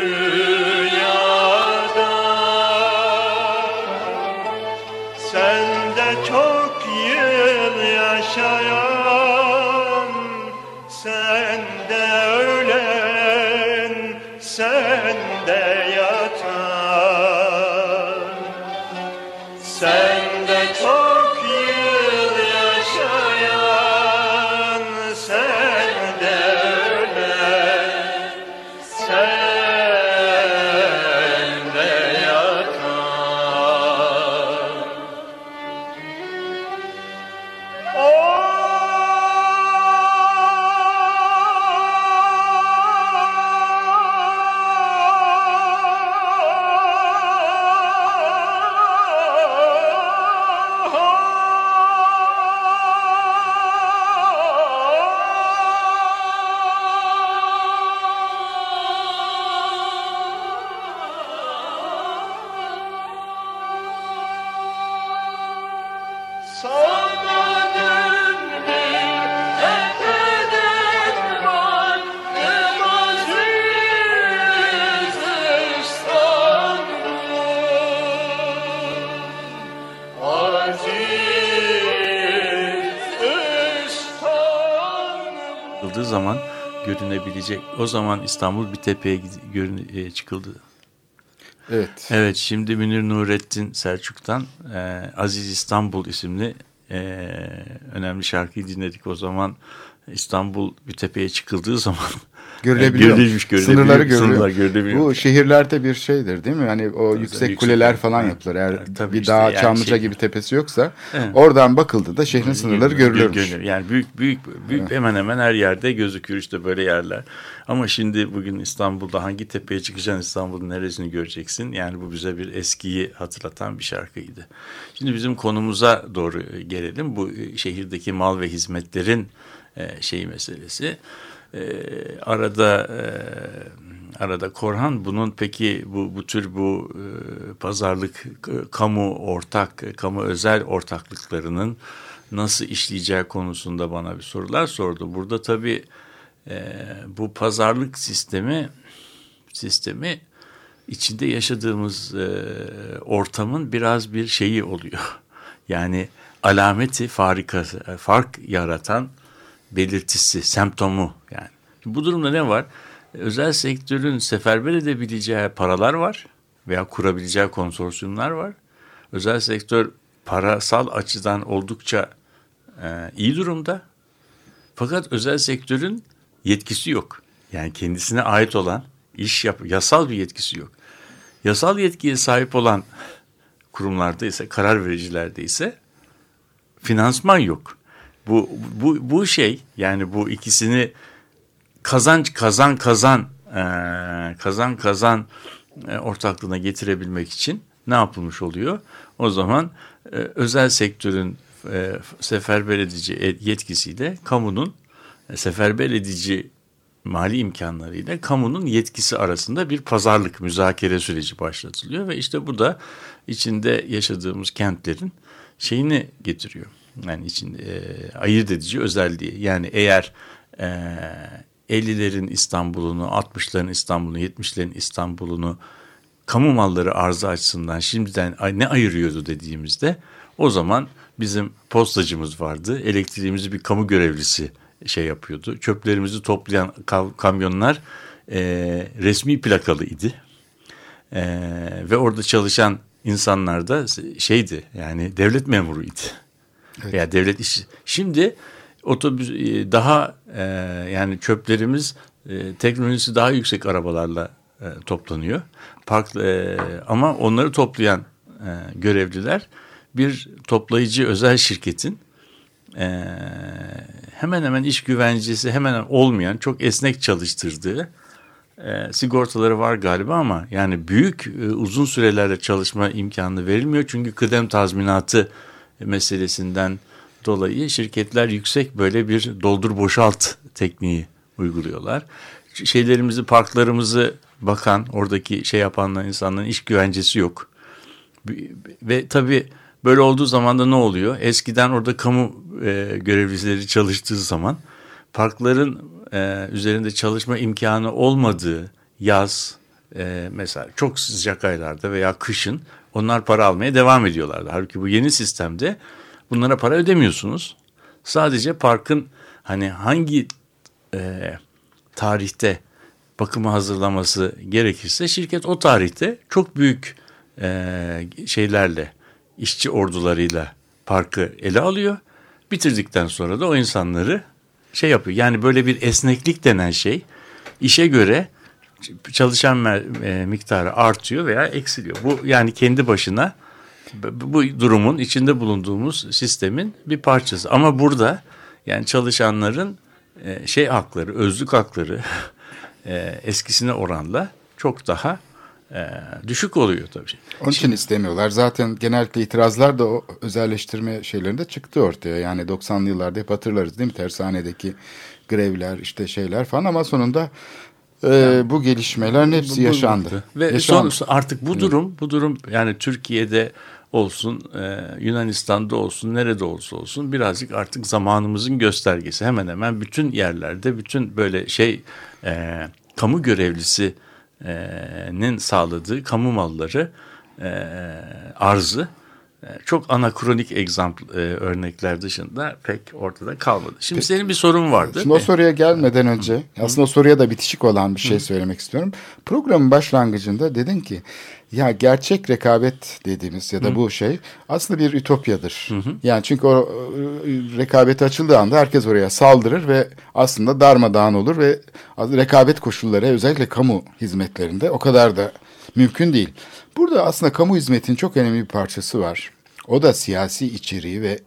F: rüyada. Sen de çok yıl yaşayan, sen de ölen, sen de yatan. Sen de çok yıl yaşayan, sen de ölen, sen de yatan. Sana dün bir tepeden baktım aziz İstanbul. Aziz İstanbul.
E: Çıkıldığı zaman görünebilecek. O zaman İstanbul bir tepeye gid- görün- e, çıkıldı.
D: Evet.
E: Evet, şimdi Münir Nurettin Selçuk'tan e, Aziz İstanbul isimli e, önemli şarkıyı dinledik. O zaman İstanbul bir tepeye çıkıldığı zaman
D: Görülebiliyor.
E: görülmüş, görülebiliyor.
D: Sınırları görülüyor.
E: Sınırlar görülebiliyor.
D: Bu şehirlerde bir şeydir değil mi? Hani o
E: Tabii,
D: yüksek
E: yüksek
D: kuleler falan
E: evet.
D: yapılır. Eğer
E: Evet, tabii
D: bir
E: işte
D: dağ,
E: yani
D: Çamlıca
E: şey-
D: gibi tepesi yoksa
E: Evet.
D: oradan bakıldığında şehrin sınırları görülürmüş.
E: Görünür. Yani büyük büyük büyük hemen hemen her yerde gözüküyor işte böyle yerler. Ama şimdi bugün İstanbul'da hangi tepeye çıkacaksın, İstanbul'un neresini göreceksin? Yani bu bize bir eskiyi hatırlatan bir şarkıydı. Şimdi bizim konumuza doğru gelelim. Bu şehirdeki mal ve hizmetlerin e, şeyi meselesi. E, arada e, arada Korhan bunun peki bu bu tür bu e, pazarlık e, kamu ortak e, kamu özel ortaklıklarının nasıl işleyeceği konusunda bana bir sorular sordu. Burada tabii e, bu pazarlık sistemi sistemi içinde yaşadığımız e, ortamın biraz bir şeyi oluyor. Yani alameti farikası, fark yaratan belirtisi, semptomu yani. Bu durumda ne var? Özel sektörün seferber edebileceği paralar var veya kurabileceği konsorsiyumlar var. Özel sektör parasal açıdan oldukça e, iyi durumda. Fakat özel sektörün yetkisi yok. Yani kendisine ait olan iş yap, yasal bir yetkisi yok. Yasal yetkiye sahip olan kurumlarda ise, karar vericilerde ise finansman yok. Bu bu bu şey, yani bu ikisini kazanç kazan kazan e, kazan kazan e, ortaklığına getirebilmek için ne yapılmış oluyor? O zaman e, özel sektörün e, seferber edici yetkisiyle kamunun e, seferber edici mali imkanlarıyla kamunun yetkisi arasında bir pazarlık, müzakere süreci başlatılıyor ve işte bu da içinde yaşadığımız kentlerin şeyini getiriyor. Yani içinde e, ayırt edici özelliği. Yani eğer e, ellilerin İstanbul'unu, altmışların İstanbul'unu, yetmişlerin İstanbul'unu kamu malları arzı açısından şimdiden ne ayırıyordu dediğimizde, o zaman bizim postacımız vardı. Elektriğimizi bir kamu görevlisi şey yapıyordu. Çöplerimizi toplayan kamyonlar e, resmi plakalıydı. E, ve orada çalışan insanlar da şeydi, yani devlet memuruydu. Evet. Ya devlet işi. Şimdi otobüs daha e, yani çöplerimiz e, teknolojisi daha yüksek arabalarla e, toplanıyor. Park e, ama onları toplayan e, görevliler bir toplayıcı özel şirketin e, hemen hemen iş güvencesi hemen hemen olmayan, çok esnek çalıştırdığı e, sigortaları var galiba ama yani büyük e, uzun sürelerle çalışma imkanı verilmiyor. Çünkü kıdem tazminatı meselesinden dolayı şirketler yüksek böyle bir doldur boşalt tekniği uyguluyorlar. Şeylerimizi, parklarımızı bakan, oradaki şey yapanlar, insanların iş güvencesi yok. Ve tabii böyle olduğu zaman da ne oluyor? Eskiden orada kamu e, görevlileri çalıştığı zaman parkların e, üzerinde çalışma imkanı olmadığı yaz, e, mesela çok sıcak aylarda veya kışın onlar para almaya devam ediyorlardı. Halbuki bu yeni sistemde bunlara para ödemiyorsunuz. Sadece parkın hani hangi e, tarihte bakıma hazırlaması gerekirse şirket o tarihte çok büyük e, şeylerle, işçi ordularıyla parkı ele alıyor. Bitirdikten sonra da o insanları şey yapıyor. Yani böyle bir esneklik denen şey işe göre çalışan e, miktarı artıyor veya eksiliyor. Bu yani kendi başına bu durumun, içinde bulunduğumuz sistemin bir parçası. Ama burada yani çalışanların e, şey hakları, özlük hakları e, eskisine oranla çok daha e, düşük oluyor tabii.
D: Onun için istemiyorlar. Zaten genellikle itirazlar da o özelleştirme şeylerinde çıktı ortaya. Yani doksanlı yıllarda hep hatırlarız değil mi? Tersanedeki grevler, işte şeyler falan, ama sonunda e, yani, bu gelişmelerin hepsi bu, yaşandı.
E: Ve
D: yaşandı.
E: Son, artık bu durum, bu durum yani Türkiye'de olsun, e, Yunanistan'da olsun, nerede olsa olsun birazcık artık zamanımızın göstergesi. Hemen hemen bütün yerlerde, bütün böyle şey e, kamu görevlisinin sağladığı kamu malları e, arzı e, çok anakronik example, e, örnekler dışında pek ortada kalmadı. Şimdi Peki, senin bir sorun vardı.
D: Şimdi o soruya gelmeden önce aslında o soruya da bitişik olan bir şey söylemek istiyorum. Programın başlangıcında dedin ki ya gerçek rekabet dediğimiz ya da Hı. bu şey aslında bir ütopyadır. Hı hı. Yani çünkü o rekabet açıldığı anda herkes oraya saldırır ve aslında darmadağın olur ve rekabet koşulları özellikle kamu hizmetlerinde o kadar da mümkün değil. Burada aslında kamu hizmetinin çok önemli bir parçası var. O da siyasi içeriği ve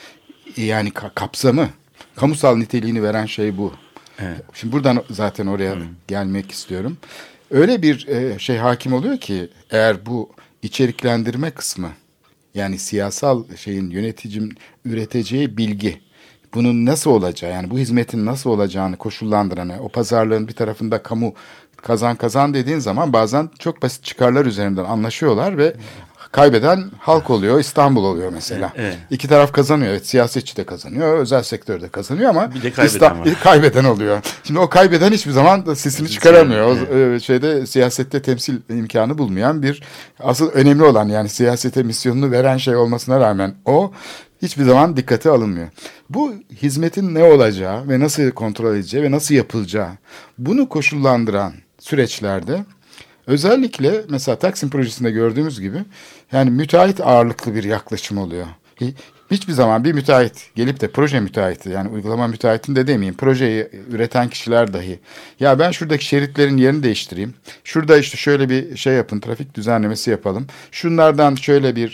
D: yani kapsamı, kamusal niteliğini veren şey bu. Evet. Şimdi buradan zaten oraya Hı. gelmek istiyorum. Öyle bir e, şey hakim oluyor ki eğer bu içeriklendirme kısmı, yani siyasal şeyin yöneticinin üreteceği bilgi, bunun nasıl olacağı, yani bu hizmetin nasıl olacağını koşullandıran, o pazarlığın bir tarafında kamu kazan kazan dediğin zaman bazen çok basit çıkarlar üzerinden anlaşıyorlar ve kaybeden halk oluyor, İstanbul oluyor mesela. Evet. İki taraf kazanıyor. Evet, siyasetçi de kazanıyor, özel sektör de kazanıyor ama
E: bir de kaybeden,
D: İstanbul, kaybeden oluyor. Şimdi o kaybeden hiçbir zaman da sesini çıkaramıyor. Evet. O şeyde siyasette temsil imkanı bulmayan bir, asıl önemli olan, yani siyasete misyonunu veren şey olmasına rağmen o hiçbir zaman dikkate alınmıyor. Bu hizmetin ne olacağı ve nasıl kontrol edileceği ve nasıl yapılacağı, bunu koşullandıran süreçlerde Özellikle mesela Taksim projesinde gördüğümüz gibi yani müteahhit ağırlıklı bir yaklaşım oluyor. Hiçbir zaman bir müteahhit gelip de proje müteahhiti, yani uygulama müteahhitini de demeyeyim, projeyi üreten kişiler dahi ya ben şuradaki şeritlerin yerini değiştireyim, şurada işte şöyle bir şey yapın, trafik düzenlemesi yapalım, şunlardan şöyle bir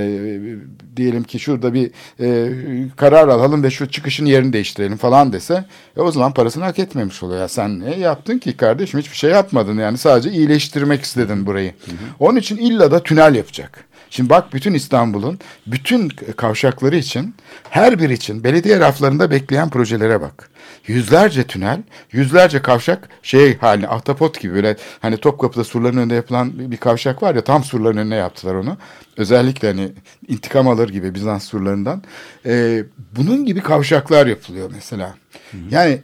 D: e, diyelim ki şurada bir e, karar alalım ve şu çıkışın yerini değiştirelim falan dese e, o zaman parasını hak etmemiş oluyor. Ya sen ne yaptın ki kardeşim, hiçbir şey yapmadın, yani sadece iyileştirmek istedin burayı. Hı hı. Onun için illa da tünel yapacak. Şimdi bak, bütün İstanbul'un bütün kavşakları için, her bir için belediye raflarında bekleyen projelere bak. Yüzlerce tünel, yüzlerce kavşak şey haline, ahtapot gibi, böyle hani Topkapı'da surların önünde yapılan bir kavşak var ya, tam surların önüne yaptılar onu. Özellikle hani intikam alır gibi Bizans surlarından. Ee, bunun gibi kavşaklar yapılıyor mesela. Hı hı. Yani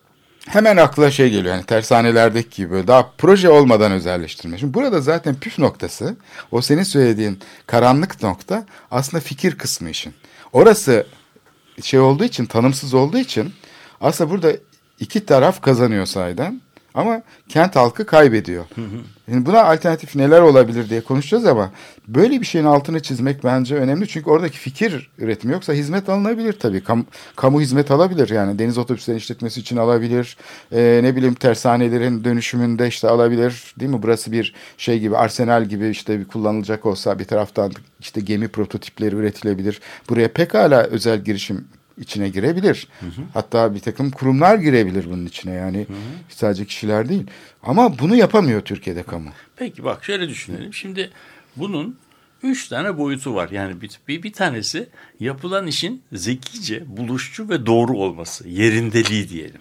D: hemen akla şey geliyor, yani tersanelerdeki gibi böyle daha proje olmadan özelleştirme. Şimdi burada zaten püf noktası, o senin söylediğin karanlık nokta aslında fikir kısmı işin. Orası şey olduğu için, tanımsız olduğu için aslında burada iki taraf kazanıyor sahiden ama kent halkı kaybediyor. Hı hı. Yani buna alternatif neler olabilir diye konuşacağız ama böyle bir şeyin altını çizmek bence önemli. Çünkü oradaki fikir üretimi, yoksa hizmet alınabilir tabii. Kam, kamu hizmet alabilir, yani deniz otobüslerinin işletmesi için alabilir. Ee, ne bileyim tersanelerin dönüşümünde işte alabilir, değil mi? Burası bir şey gibi, arsenal gibi işte bir kullanılacak olsa bir taraftan işte gemi prototipleri üretilebilir. Buraya pekala özel girişim içine girebilir. Hı hı. Hatta bir takım kurumlar girebilir bunun içine, yani hı hı. sadece kişiler değil. Ama bunu yapamıyor Türkiye'de kamu.
E: Peki bak şöyle düşünelim. Şimdi bunun üç tane boyutu var. Yani bir, bir, bir tanesi yapılan işin zekice, buluşçu ve doğru olması. Yerindeliği diyelim.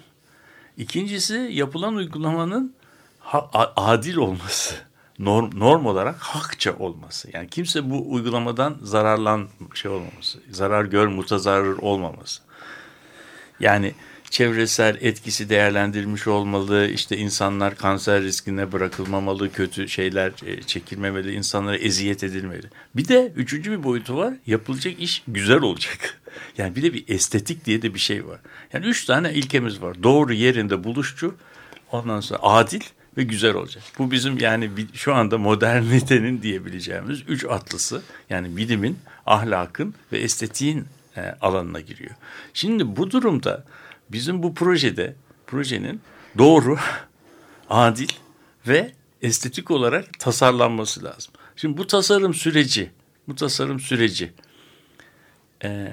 E: İkincisi yapılan uygulamanın ha, adil olması. Norm, norm olarak hakça olması. Yani kimse bu uygulamadan zararlan şey olmaması, zarar gör mutazarrır olmaması. Yani çevresel etkisi değerlendirilmiş olmalı, işte insanlar kanser riskine bırakılmamalı, kötü şeyler çekilmemeli, insanlara eziyet edilmeli. Bir de üçüncü bir boyutu var, yapılacak iş güzel olacak. Yani bir de bir estetik diye de bir şey var. Yani üç tane ilkemiz var. Doğru, yerinde, buluşçu, ondan sonra adil ve güzel olacak. Bu bizim yani şu anda modernitenin diyebileceğimiz üç atlısı, yani bilimin, ahlakın ve estetiğin e, alanına giriyor. Şimdi bu durumda bizim bu projede, projenin doğru, adil ve estetik olarak tasarlanması lazım. Şimdi bu tasarım süreci, bu tasarım süreci e,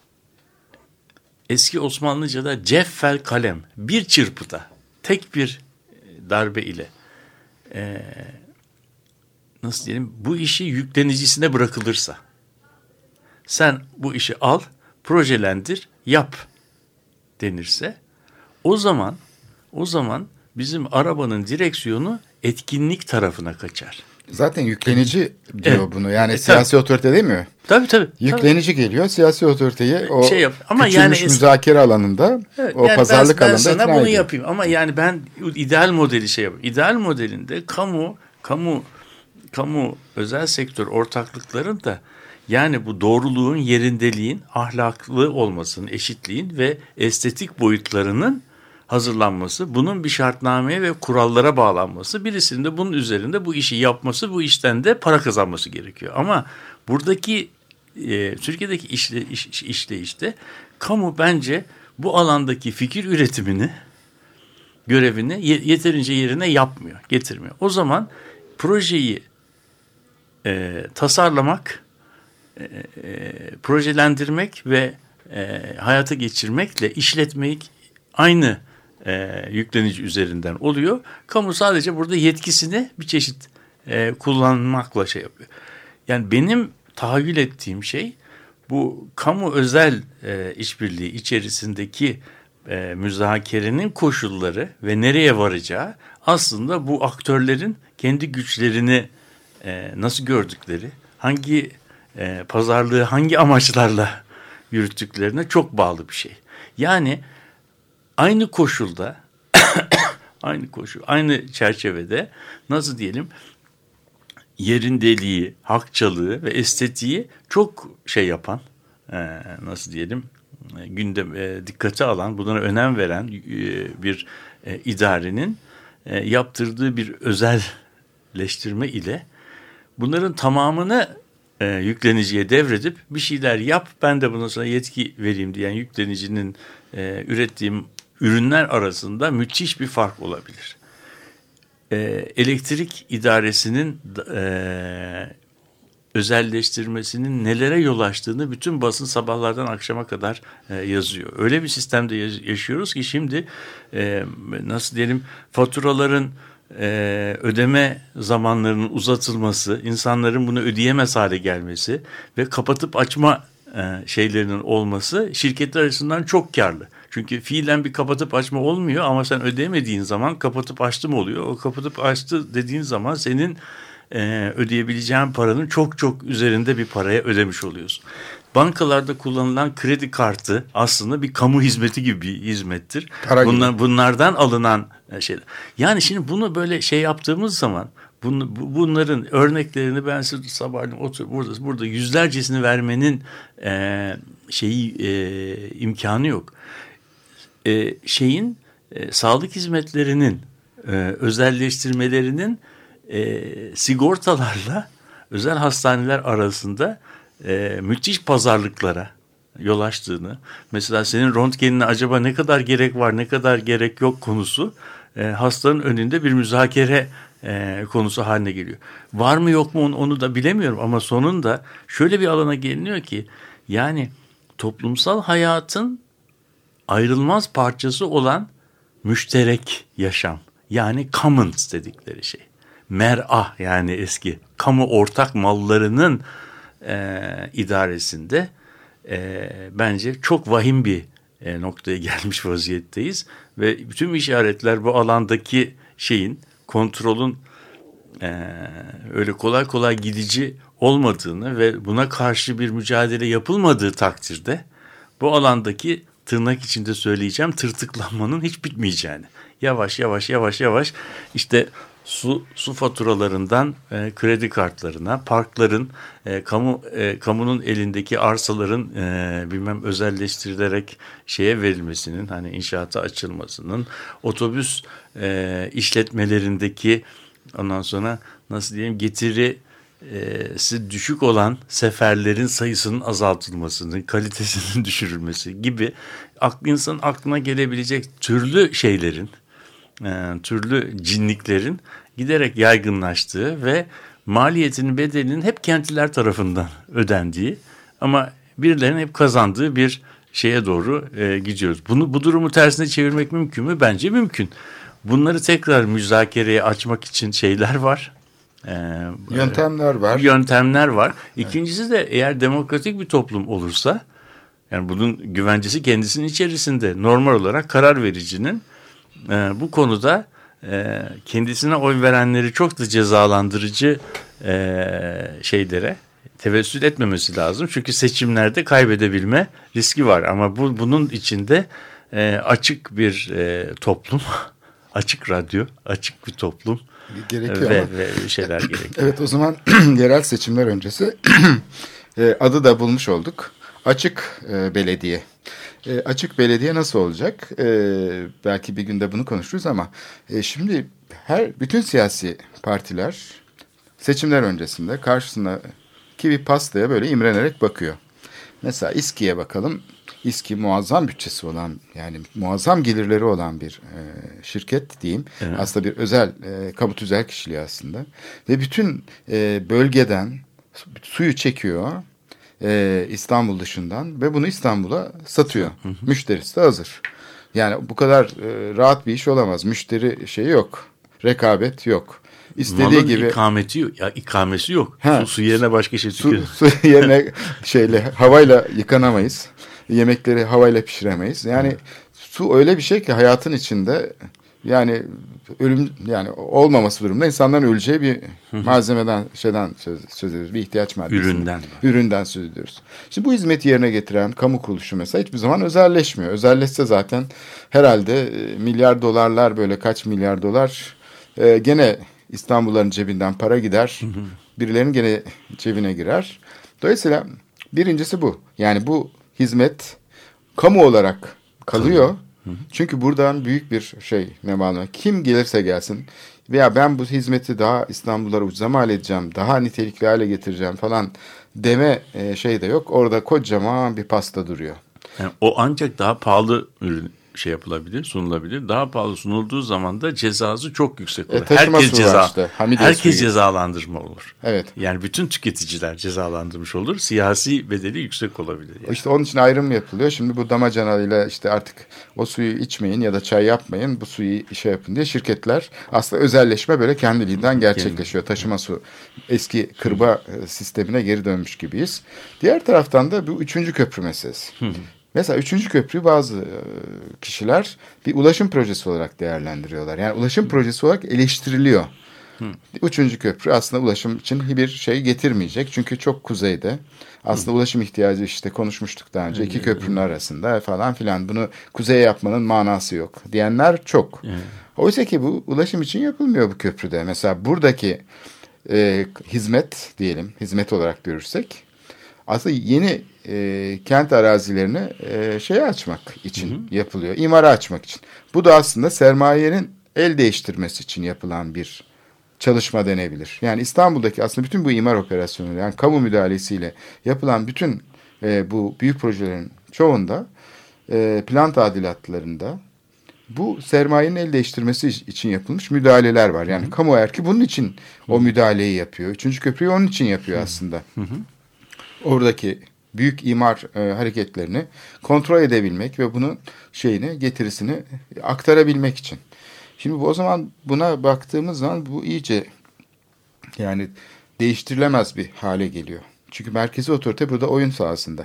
E: eski Osmanlıca'da ceffel kalem, bir çırpıda, tek bir darbe ile e, nasıl diyelim, bu işi yüklenicisine bırakılırsa, sen bu işi al, projelendir, yap denirse, o zaman o zaman bizim arabanın direksiyonu etkinlik tarafına kaçar.
D: Zaten yüklenici diyor evet. bunu. Yani
E: e,
D: siyasi
E: tabii.
D: otorite değil mi?
E: Tabii tabii.
D: Yüklenici tabii. geliyor. Siyasi otoriteyi o şey yap. Ama küçülmüş yani müzakere alanında, evet, o yani pazarlık ben, ben alanında
E: sana bunu
D: ediyor.
E: yapayım. Ama yani ben ideal modeli şey yapayım. İdeal modelinde kamu, kamu, kamu özel sektör ortaklıklarında yani bu doğruluğun, yerindeliğin, ahlaklı olmasının, eşitliğin ve estetik boyutlarının hazırlanması, bunun bir şartnameye ve kurallara bağlanması, birisinin de bunun üzerinde bu işi yapması, bu işten de para kazanması gerekiyor. Ama buradaki e, Türkiye'deki işle, iş, işleyişte kamu bence bu alandaki fikir üretimini, görevini yeterince yerine yapmıyor, getirmiyor. O zaman projeyi e, tasarlamak, e, e, projelendirmek ve e, hayata geçirmekle işletmek aynı e, yüklenici üzerinden oluyor. Kamu sadece burada yetkisini bir çeşit e, kullanmakla şey yapıyor. Yani benim tahayyül ettiğim şey, bu kamu özel e, işbirliği içerisindeki e, müzakerenin koşulları ve nereye varacağı aslında bu aktörlerin kendi güçlerini e, nasıl gördükleri, hangi e, pazarlığı hangi amaçlarla yürüttüklerine çok bağlı bir şey. Yani aynı koşulda, aynı koşul, aynı çerçevede nasıl diyelim, yerindeliği, hakçalığı ve estetiği çok şey yapan, e, nasıl diyelim, e, gündem e, dikkate alan, bunlara önem veren e, bir e, idarenin e, yaptırdığı bir özel özelleştirme ile bunların tamamını e, yükleniciye devredip bir şeyler yap, ben de buna sana yetki vereyim diyen yüklenicinin e, ürettiğim ürünler arasında müthiş bir fark olabilir. E, elektrik idaresinin e, özelleştirmesinin nelere yol açtığını bütün basın sabahlardan akşama kadar e, yazıyor. Öyle bir sistemde yaşıyoruz ki şimdi e, nasıl diyelim, faturaların e, ödeme zamanlarının uzatılması, insanların bunu ödeyemez hale gelmesi ve kapatıp açma e, şeylerinin olması şirketler açısından çok karlı. Çünkü fiilen bir kapatıp açma olmuyor ama sen ödeyemediğin zaman kapatıp açtım oluyor. O kapatıp açtı dediğin zaman senin Ee, ödeyebileceğin paranın çok çok üzerinde bir paraya ödemiş oluyorsun. Bankalarda kullanılan kredi kartı aslında bir kamu hizmeti gibi bir hizmettir. Bunlar, bunlardan alınan şeyler. Yani şimdi bunu böyle şey yaptığımız zaman bun, bunların örneklerini ben size sabahleyin otur burada burada yüzlercesini vermenin e, şeyi e, imkanı yok. E, şeyin e, sağlık hizmetlerinin e, özelleştirmelerinin E, sigortalarla özel hastaneler arasında e, müthiş pazarlıklara yol açtığını, mesela senin röntgenine acaba ne kadar gerek var, ne kadar gerek yok konusu e, hastanın önünde bir müzakere e, konusu haline geliyor. Var mı yok mu onu, onu da bilemiyorum ama sonunda şöyle bir alana geliniyor ki, yani toplumsal hayatın ayrılmaz parçası olan müşterek yaşam, yani commons dedikleri şey. Mer'a, yani eski kamu ortak mallarının e, idaresinde e, bence çok vahim bir e, noktaya gelmiş vaziyetteyiz ve bütün işaretler bu alandaki şeyin, kontrolün e, öyle kolay kolay gidici olmadığını ve buna karşı bir mücadele yapılmadığı takdirde bu alandaki, tırnak içinde söyleyeceğim, tırtıklanmanın hiç bitmeyeceğini, yavaş yavaş yavaş yavaş işte Su, su faturalarından e, kredi kartlarına, parkların, e, kamu e, kamunun elindeki arsaların e, bilmem özelleştirilerek şeye verilmesinin, hani inşaata açılmasının, otobüs e, işletmelerindeki ondan sonra nasıl diyeyim getirisi düşük olan seferlerin sayısının azaltılmasının, kalitesinin düşürülmesi gibi aklı, insanın aklına gelebilecek türlü şeylerin, E, türlü cinliklerin giderek yaygınlaştığı ve maliyetinin bedelinin hep kentliler tarafından ödendiği ama birilerinin hep kazandığı bir şeye doğru e, gidiyoruz. Bunu, bu durumu tersine çevirmek mümkün mü? Bence mümkün. Bunları tekrar müzakereye açmak için şeyler var. E,
D: yöntemler var.
E: Yöntemler var. İkincisi de eğer demokratik bir toplum olursa, yani bunun güvencesi kendisinin içerisinde, normal olarak karar vericinin Ee, bu konuda e, kendisine oy verenleri çok da cezalandırıcı e, şeylere tevessül etmemesi lazım. Çünkü seçimlerde kaybedebilme riski var. Ama bu, bunun içinde e, açık bir e, toplum, açık radyo, açık bir toplum
D: gerekiyor
E: ve,
D: ama.
E: ve şeyler gerekiyor.
D: Evet, o zaman yerel seçimler öncesi e, adı da bulmuş olduk. Açık e, belediye. E, açık belediye nasıl olacak? E, belki bir günde bunu konuşuruz ama e, şimdi her bütün siyasi partiler seçimler öncesinde karşısındaki bir pastaya böyle imrenerek bakıyor. Mesela İSKİ'ye bakalım. İSKİ muazzam bütçesi olan, yani muazzam gelirleri olan bir e, şirket diyeyim. Evet. Aslında bir özel, e, kamu tüzel kişiliği aslında. Ve bütün e, bölgeden suyu çekiyor. Ee, İstanbul dışından ve bunu İstanbul'a satıyor. Hı hı. Müşterisi de hazır. Yani bu kadar e, rahat bir iş olamaz. Müşteri şeyi yok. Rekabet yok. İstediği
E: Malın
D: gibi
E: ikameti yok. Ya ikamesi yok. Su, su yerine başka şey
D: su, su yerine şeyle havayla yıkanamayız. Yemekleri havayla pişiremeyiz. Yani hı. su öyle bir şey ki hayatın içinde, yani ölüm, yani olmaması durumunda insanların öleceği bir hı hı. malzemeden şeyden söz, söz ediyoruz. Bir ihtiyaç maddesi.
E: Üründen.
D: Üründen söz ediyoruz. Şimdi bu hizmeti yerine getiren kamu kuruluşu mesela hiçbir zaman özelleşmiyor. Özelleşse zaten herhalde milyar dolarlar, böyle kaç milyar dolar e, gene İstanbulluların cebinden para gider. Hı hı. Birilerinin gene cebine girer. Dolayısıyla birincisi bu. Yani bu hizmet kamu olarak kalıyor. Hı hı. Çünkü buradan büyük bir şey, ne malum, kim gelirse gelsin, veya ben bu hizmeti daha İstanbullulara ucuza mal edeceğim, daha nitelikli hale getireceğim falan deme e, şey de yok. Orada kocaman bir pasta duruyor.
E: Yani o ancak daha pahalı ürün şey yapılabilir, sunulabilir. Daha pahalı sunulduğu zaman da cezası çok yüksek olur.
D: E, taşıma
E: herkes
D: suyu var
E: ceza,
D: işte, Hamide
E: herkes
D: suyu.
E: cezalandırma olur.
D: Evet.
E: Yani bütün tüketiciler cezalandırmış olur. Siyasi bedeli yüksek olabilir. Yani.
D: İşte onun için ayrım yapılıyor. Şimdi bu damacanayla işte artık o suyu içmeyin ya da çay yapmayın, bu suyu şey yapın diye şirketler, aslında özelleşme böyle kendiliğinden gerçekleşiyor. Taşıma su eski kırba sistemine geri dönmüş gibiyiz. Diğer taraftan da bu üçüncü köprü meselesi. Mesela üçüncü köprüyü bazı kişiler bir ulaşım projesi olarak değerlendiriyorlar. Yani ulaşım projesi olarak eleştiriliyor. Hı. Üçüncü köprü aslında ulaşım için bir şey getirmeyecek. Çünkü çok kuzeyde. Aslında Hı. ulaşım ihtiyacı işte konuşmuştuk daha önce. Hı. İki köprünün arasında falan filan. Bunu kuzeye yapmanın manası yok diyenler çok. Hı. Oysa ki bu ulaşım için yapılmıyor bu köprüde. Mesela buradaki e, hizmet diyelim, hizmet olarak görürsek aslında yeni e, kent arazilerini e, şeye açmak için hı hı. yapılıyor. İmara açmak için. Bu da aslında sermayenin el değiştirmesi için yapılan bir çalışma denebilir. Yani İstanbul'daki aslında bütün bu imar operasyonları, yani kamu müdahalesiyle yapılan bütün e, bu büyük projelerin çoğunda e, plan tadilatlarında bu sermayenin el değiştirmesi için yapılmış müdahaleler var. Yani hı hı. kamu erki bunun için hı. o müdahaleyi yapıyor. Üçüncü köprüyü onun için yapıyor hı. aslında. Hı hı. Oradaki büyük imar e, hareketlerini kontrol edebilmek ve bunun şeyini, getirisini aktarabilmek için. Şimdi bu, o zaman buna baktığımız zaman bu iyice yani değiştirilemez bir hale geliyor. Çünkü merkezi otorite burada oyun sahasında.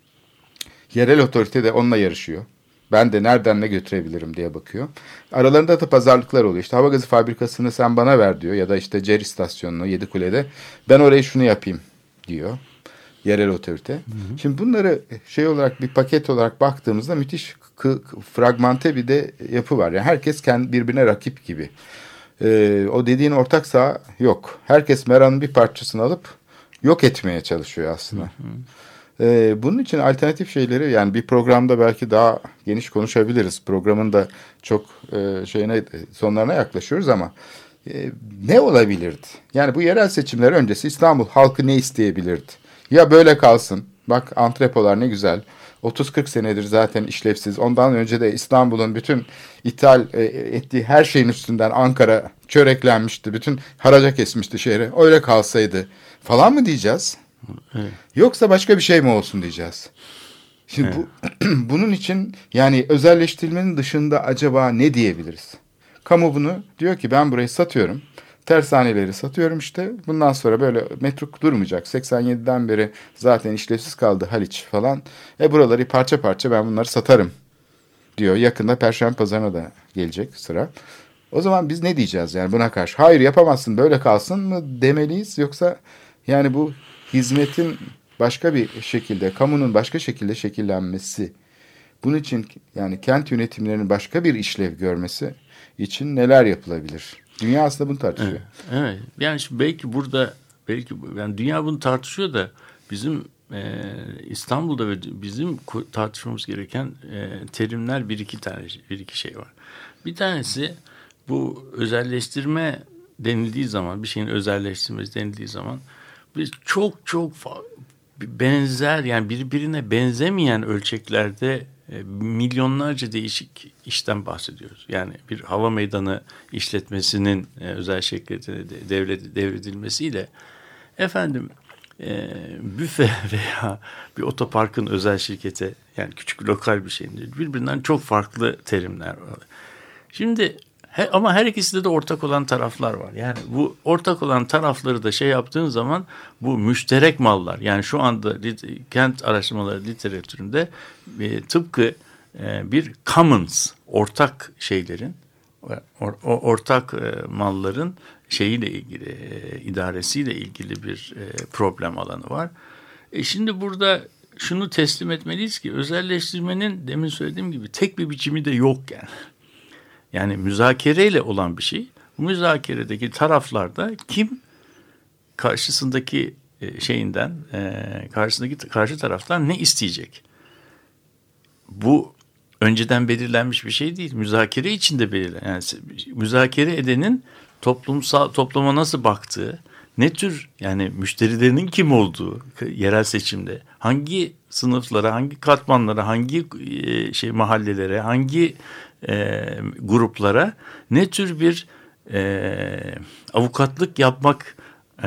D: Yerel otorite de onunla yarışıyor. Ben de nereden ne götürebilirim diye bakıyor. Aralarında da pazarlıklar oluyor. İşte hava gazı fabrikasını sen bana ver diyor. Ya da işte C E R istasyonunu Yedikule'de ben orayı şunu yapayım diyor. Yerel otorite. Hı hı. Şimdi bunları şey olarak bir paket olarak baktığımızda müthiş k- fragmente bir de yapı var. Yani herkes kendi birbirine rakip gibi. Ee, o dediğin ortak saha yok. Herkes meranın bir parçasını alıp yok etmeye çalışıyor aslında. Hı hı. Ee, bunun için alternatif şeyleri, yani bir programda belki daha geniş konuşabiliriz. Programın da çok e, şeyine sonlarına yaklaşıyoruz ama e, ne olabilirdi? Yani bu yerel seçimler öncesi İstanbul halkı ne isteyebilirdi? Ya böyle kalsın. Bak antrepolar ne güzel. otuz kırk senedir zaten işlevsiz. Ondan önce de İstanbul'un bütün ithal e, ettiği her şeyin üstünden Ankara çöreklenmişti. Bütün haraca kesmişti şehri. Öyle kalsaydı falan mı diyeceğiz? Evet. Yoksa başka bir şey mi olsun diyeceğiz? Şimdi evet. bu bunun için yani özelleştirilmenin dışında acaba ne diyebiliriz? Kamu bunu diyor ki ben burayı satıyorum. Tersaneleri satıyorum işte. Bundan sonra böyle metruk durmayacak. seksen yediden beri zaten işlevsiz kaldı Haliç falan. E buraları parça parça ben bunları satarım diyor. Yakında Perşembe Pazarı'na da gelecek sıra. O zaman biz ne diyeceğiz yani buna karşı? Hayır yapamazsın, böyle kalsın mı demeliyiz? Yoksa yani bu hizmetin başka bir şekilde, kamunun başka şekilde şekillenmesi, bunun için yani kent yönetimlerinin başka bir işlev görmesi için neler yapılabilir? Dünya aslında bunu tartışıyor.
E: Evet, evet. Yani şimdi belki burada belki yani dünya bunu tartışıyor da bizim e, İstanbul'da ve bizim tartışmamız gereken e, terimler bir iki tane bir iki şey var. Bir tanesi bu özelleştirme denildiği zaman, bir şeyin özelleştirmesi denildiği zaman biz çok çok benzer yani birbirine benzemeyen ölçeklerde milyonlarca değişik işten bahsediyoruz. Yani bir hava meydanı işletmesinin özel şirketine devlet, devredilmesiyle efendim e, büfe veya bir otoparkın özel şirkete, yani küçük lokal bir şeyin birbirinden çok farklı terimler var. Şimdi he, ama her ikisinde de ortak olan taraflar var. Yani bu ortak olan tarafları da şey yaptığın zaman bu müşterek mallar, yani şu anda kent araştırmaları literatüründe e, tıpkı e, bir commons, ortak şeylerin, or, ortak e, malların şeyiyle ilgili, e, idaresiyle ilgili bir e, problem alanı var. E şimdi burada şunu teslim etmeliyiz ki özelleştirmenin demin söylediğim gibi tek bir biçimi de yok yani. Yani müzakereyle olan bir şey. Bu müzakeredeki taraflarda kim karşısındaki şeyinden, karşısındaki karşı taraftan ne isteyecek? Bu önceden belirlenmiş bir şey değil. Müzakere içinde belirlen. Yani müzakere edenin toplumsal topluma nasıl baktığı, ne tür yani müşterilerinin kim olduğu yerel seçimde, hangi sınıflara, hangi katmanlara, hangi e, şey mahallelere, hangi e, gruplara ne tür bir e, avukatlık yapmak e,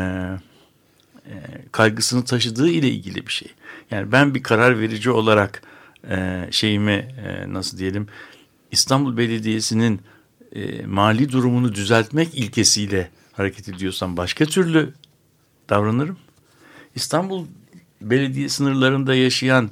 E: e, kaygısını taşıdığı ile ilgili bir şey. Yani ben bir karar verici olarak e, şeyimi e, nasıl diyelim, İstanbul Belediyesi'nin e, mali durumunu düzeltmek ilkesiyle hareket ediyorsam başka türlü davranırım. İstanbul Belediye sınırlarında yaşayan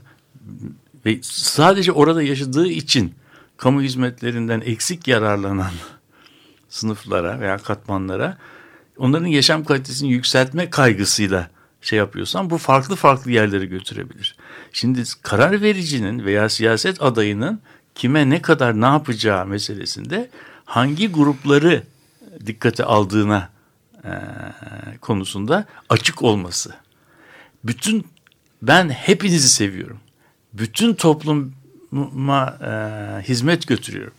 E: ve sadece orada yaşadığı için kamu hizmetlerinden eksik yararlanan sınıflara veya katmanlara onların yaşam kalitesini yükseltme kaygısıyla şey yapıyorsam bu farklı farklı yerlere götürebilir. Şimdi karar vericinin veya siyaset adayının kime ne kadar ne yapacağı meselesinde hangi grupları dikkate aldığına e, konusunda açık olması. Bütün ben hepinizi seviyorum. Bütün topluma e, hizmet götürüyorum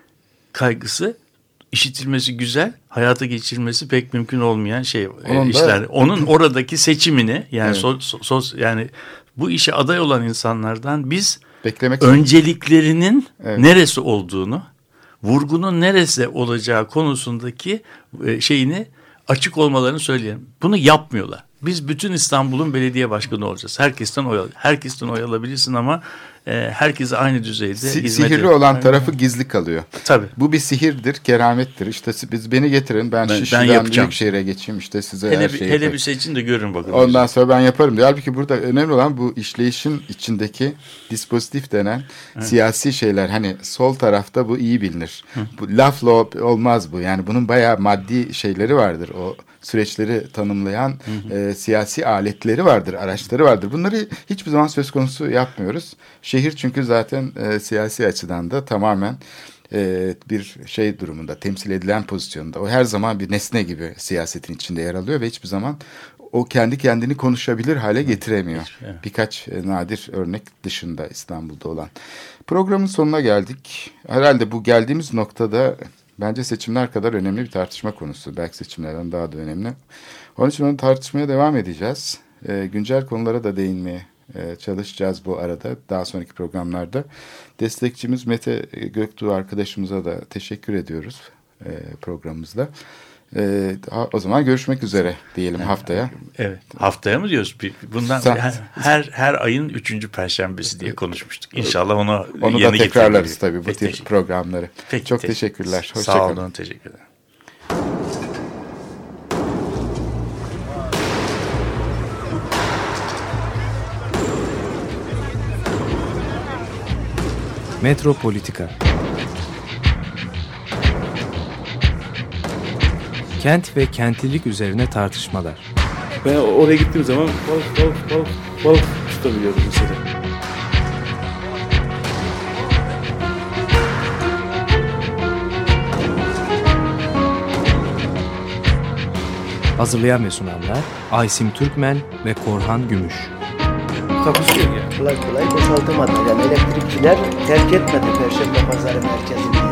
E: kaygısı işitilmesi güzel, hayata geçirilmesi pek mümkün olmayan şey
D: Onun
E: işler.
D: da...
E: Onun oradaki seçimini yani
D: Evet.
E: sos, sos yani bu işe aday olan insanlardan biz
D: Beklemek
E: önceliklerinin
D: evet.
E: neresi olduğunu, vurgunun neresi olacağı konusundaki e, şeyini açık olmalarını söyleyelim. Bunu yapmıyorlar. Biz bütün İstanbul'un belediye başkanı olacağız. Herkesten oy al. Herkesten oy alabilirsin ama e, herkese aynı düzeyde
D: Si-
E: hizmet
D: sihirli
E: yap-
D: olan tarafı gizli kalıyor.
E: Tabii.
D: Bu bir sihirdir, keramettir. İşte si- biz beni getirin, ben,
E: Ben- ben
D: Şişli'den
E: yapacağım.
D: Büyükşehir'e geçeyim, işte size her
E: Hele,
D: şeyi
E: bir, hele
D: yaparım.
E: bir seçin de görün bakalım.
D: Ondan sonra ben yaparım diyor. Halbuki burada önemli olan bu işleyişin içindeki dispozitif denen evet. siyasi şeyler. Hani sol tarafta bu iyi bilinir. Hı. Bu lafla olmaz bu. Yani bunun bayağı maddi şeyleri vardır. O süreçleri tanımlayan hı hı. E, siyasi aletleri vardır, araçları vardır. Bunları hiçbir zaman söz konusu yapmıyoruz. Şehir çünkü zaten e, siyasi açıdan da tamamen e, bir şey durumunda, temsil edilen pozisyonda. O her zaman bir nesne gibi siyasetin içinde yer alıyor ve hiçbir zaman o kendi kendini konuşabilir hale getiremiyor. Evet. Birkaç e, nadir örnek dışında İstanbul'da olan. Programın sonuna geldik. Herhalde bu geldiğimiz noktada bence seçimler kadar önemli bir tartışma konusu. Belki seçimlerden daha da önemli. Onun için onu tartışmaya devam edeceğiz. E, güncel konulara da değinmeye e, çalışacağız bu arada. Daha sonraki programlarda. Destekçimiz Mete Göktuğ arkadaşımıza da teşekkür ediyoruz e, programımızda. E, o zaman görüşmek üzere diyelim evet, haftaya.
E: Evet. Haftaya mı diyoruz? Bundan
D: Sen,
E: her, her her ayın üçüncü perşembesi diye konuşmuştuk. İnşallah onu
D: onu
E: yeni
D: da tekrarlarız tabii bu
E: Peki,
D: tür
E: teşekkür.
D: programları.
E: Peki,
D: Çok
E: teşekkür.
D: teşekkürler. Hoşça
E: Sağ
D: kalın.
E: olun. Teşekkür ederim.
A: Metropolitika. Kent ve kentlilik üzerine tartışmalar.
B: Ben oraya gittiğim zaman balık balık balık balık tutabiliyorum mesela.
A: Hazırlayan ve sunanlar Aysim Türkmen ve Korhan Gümüş.
B: Takusuyor yani.
C: Kolay kolay boşaltamadı. Yani elektrikçiler terk etmedi Perşembe Pazarı merkezini.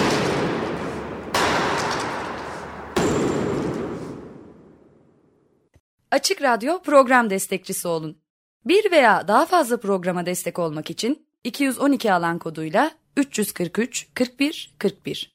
G: Açık Radyo program destekçisi olun. Bir veya daha fazla programa destek olmak için iki yüz on iki alan koduyla üç yüz kırk üç kırk bir kırk bir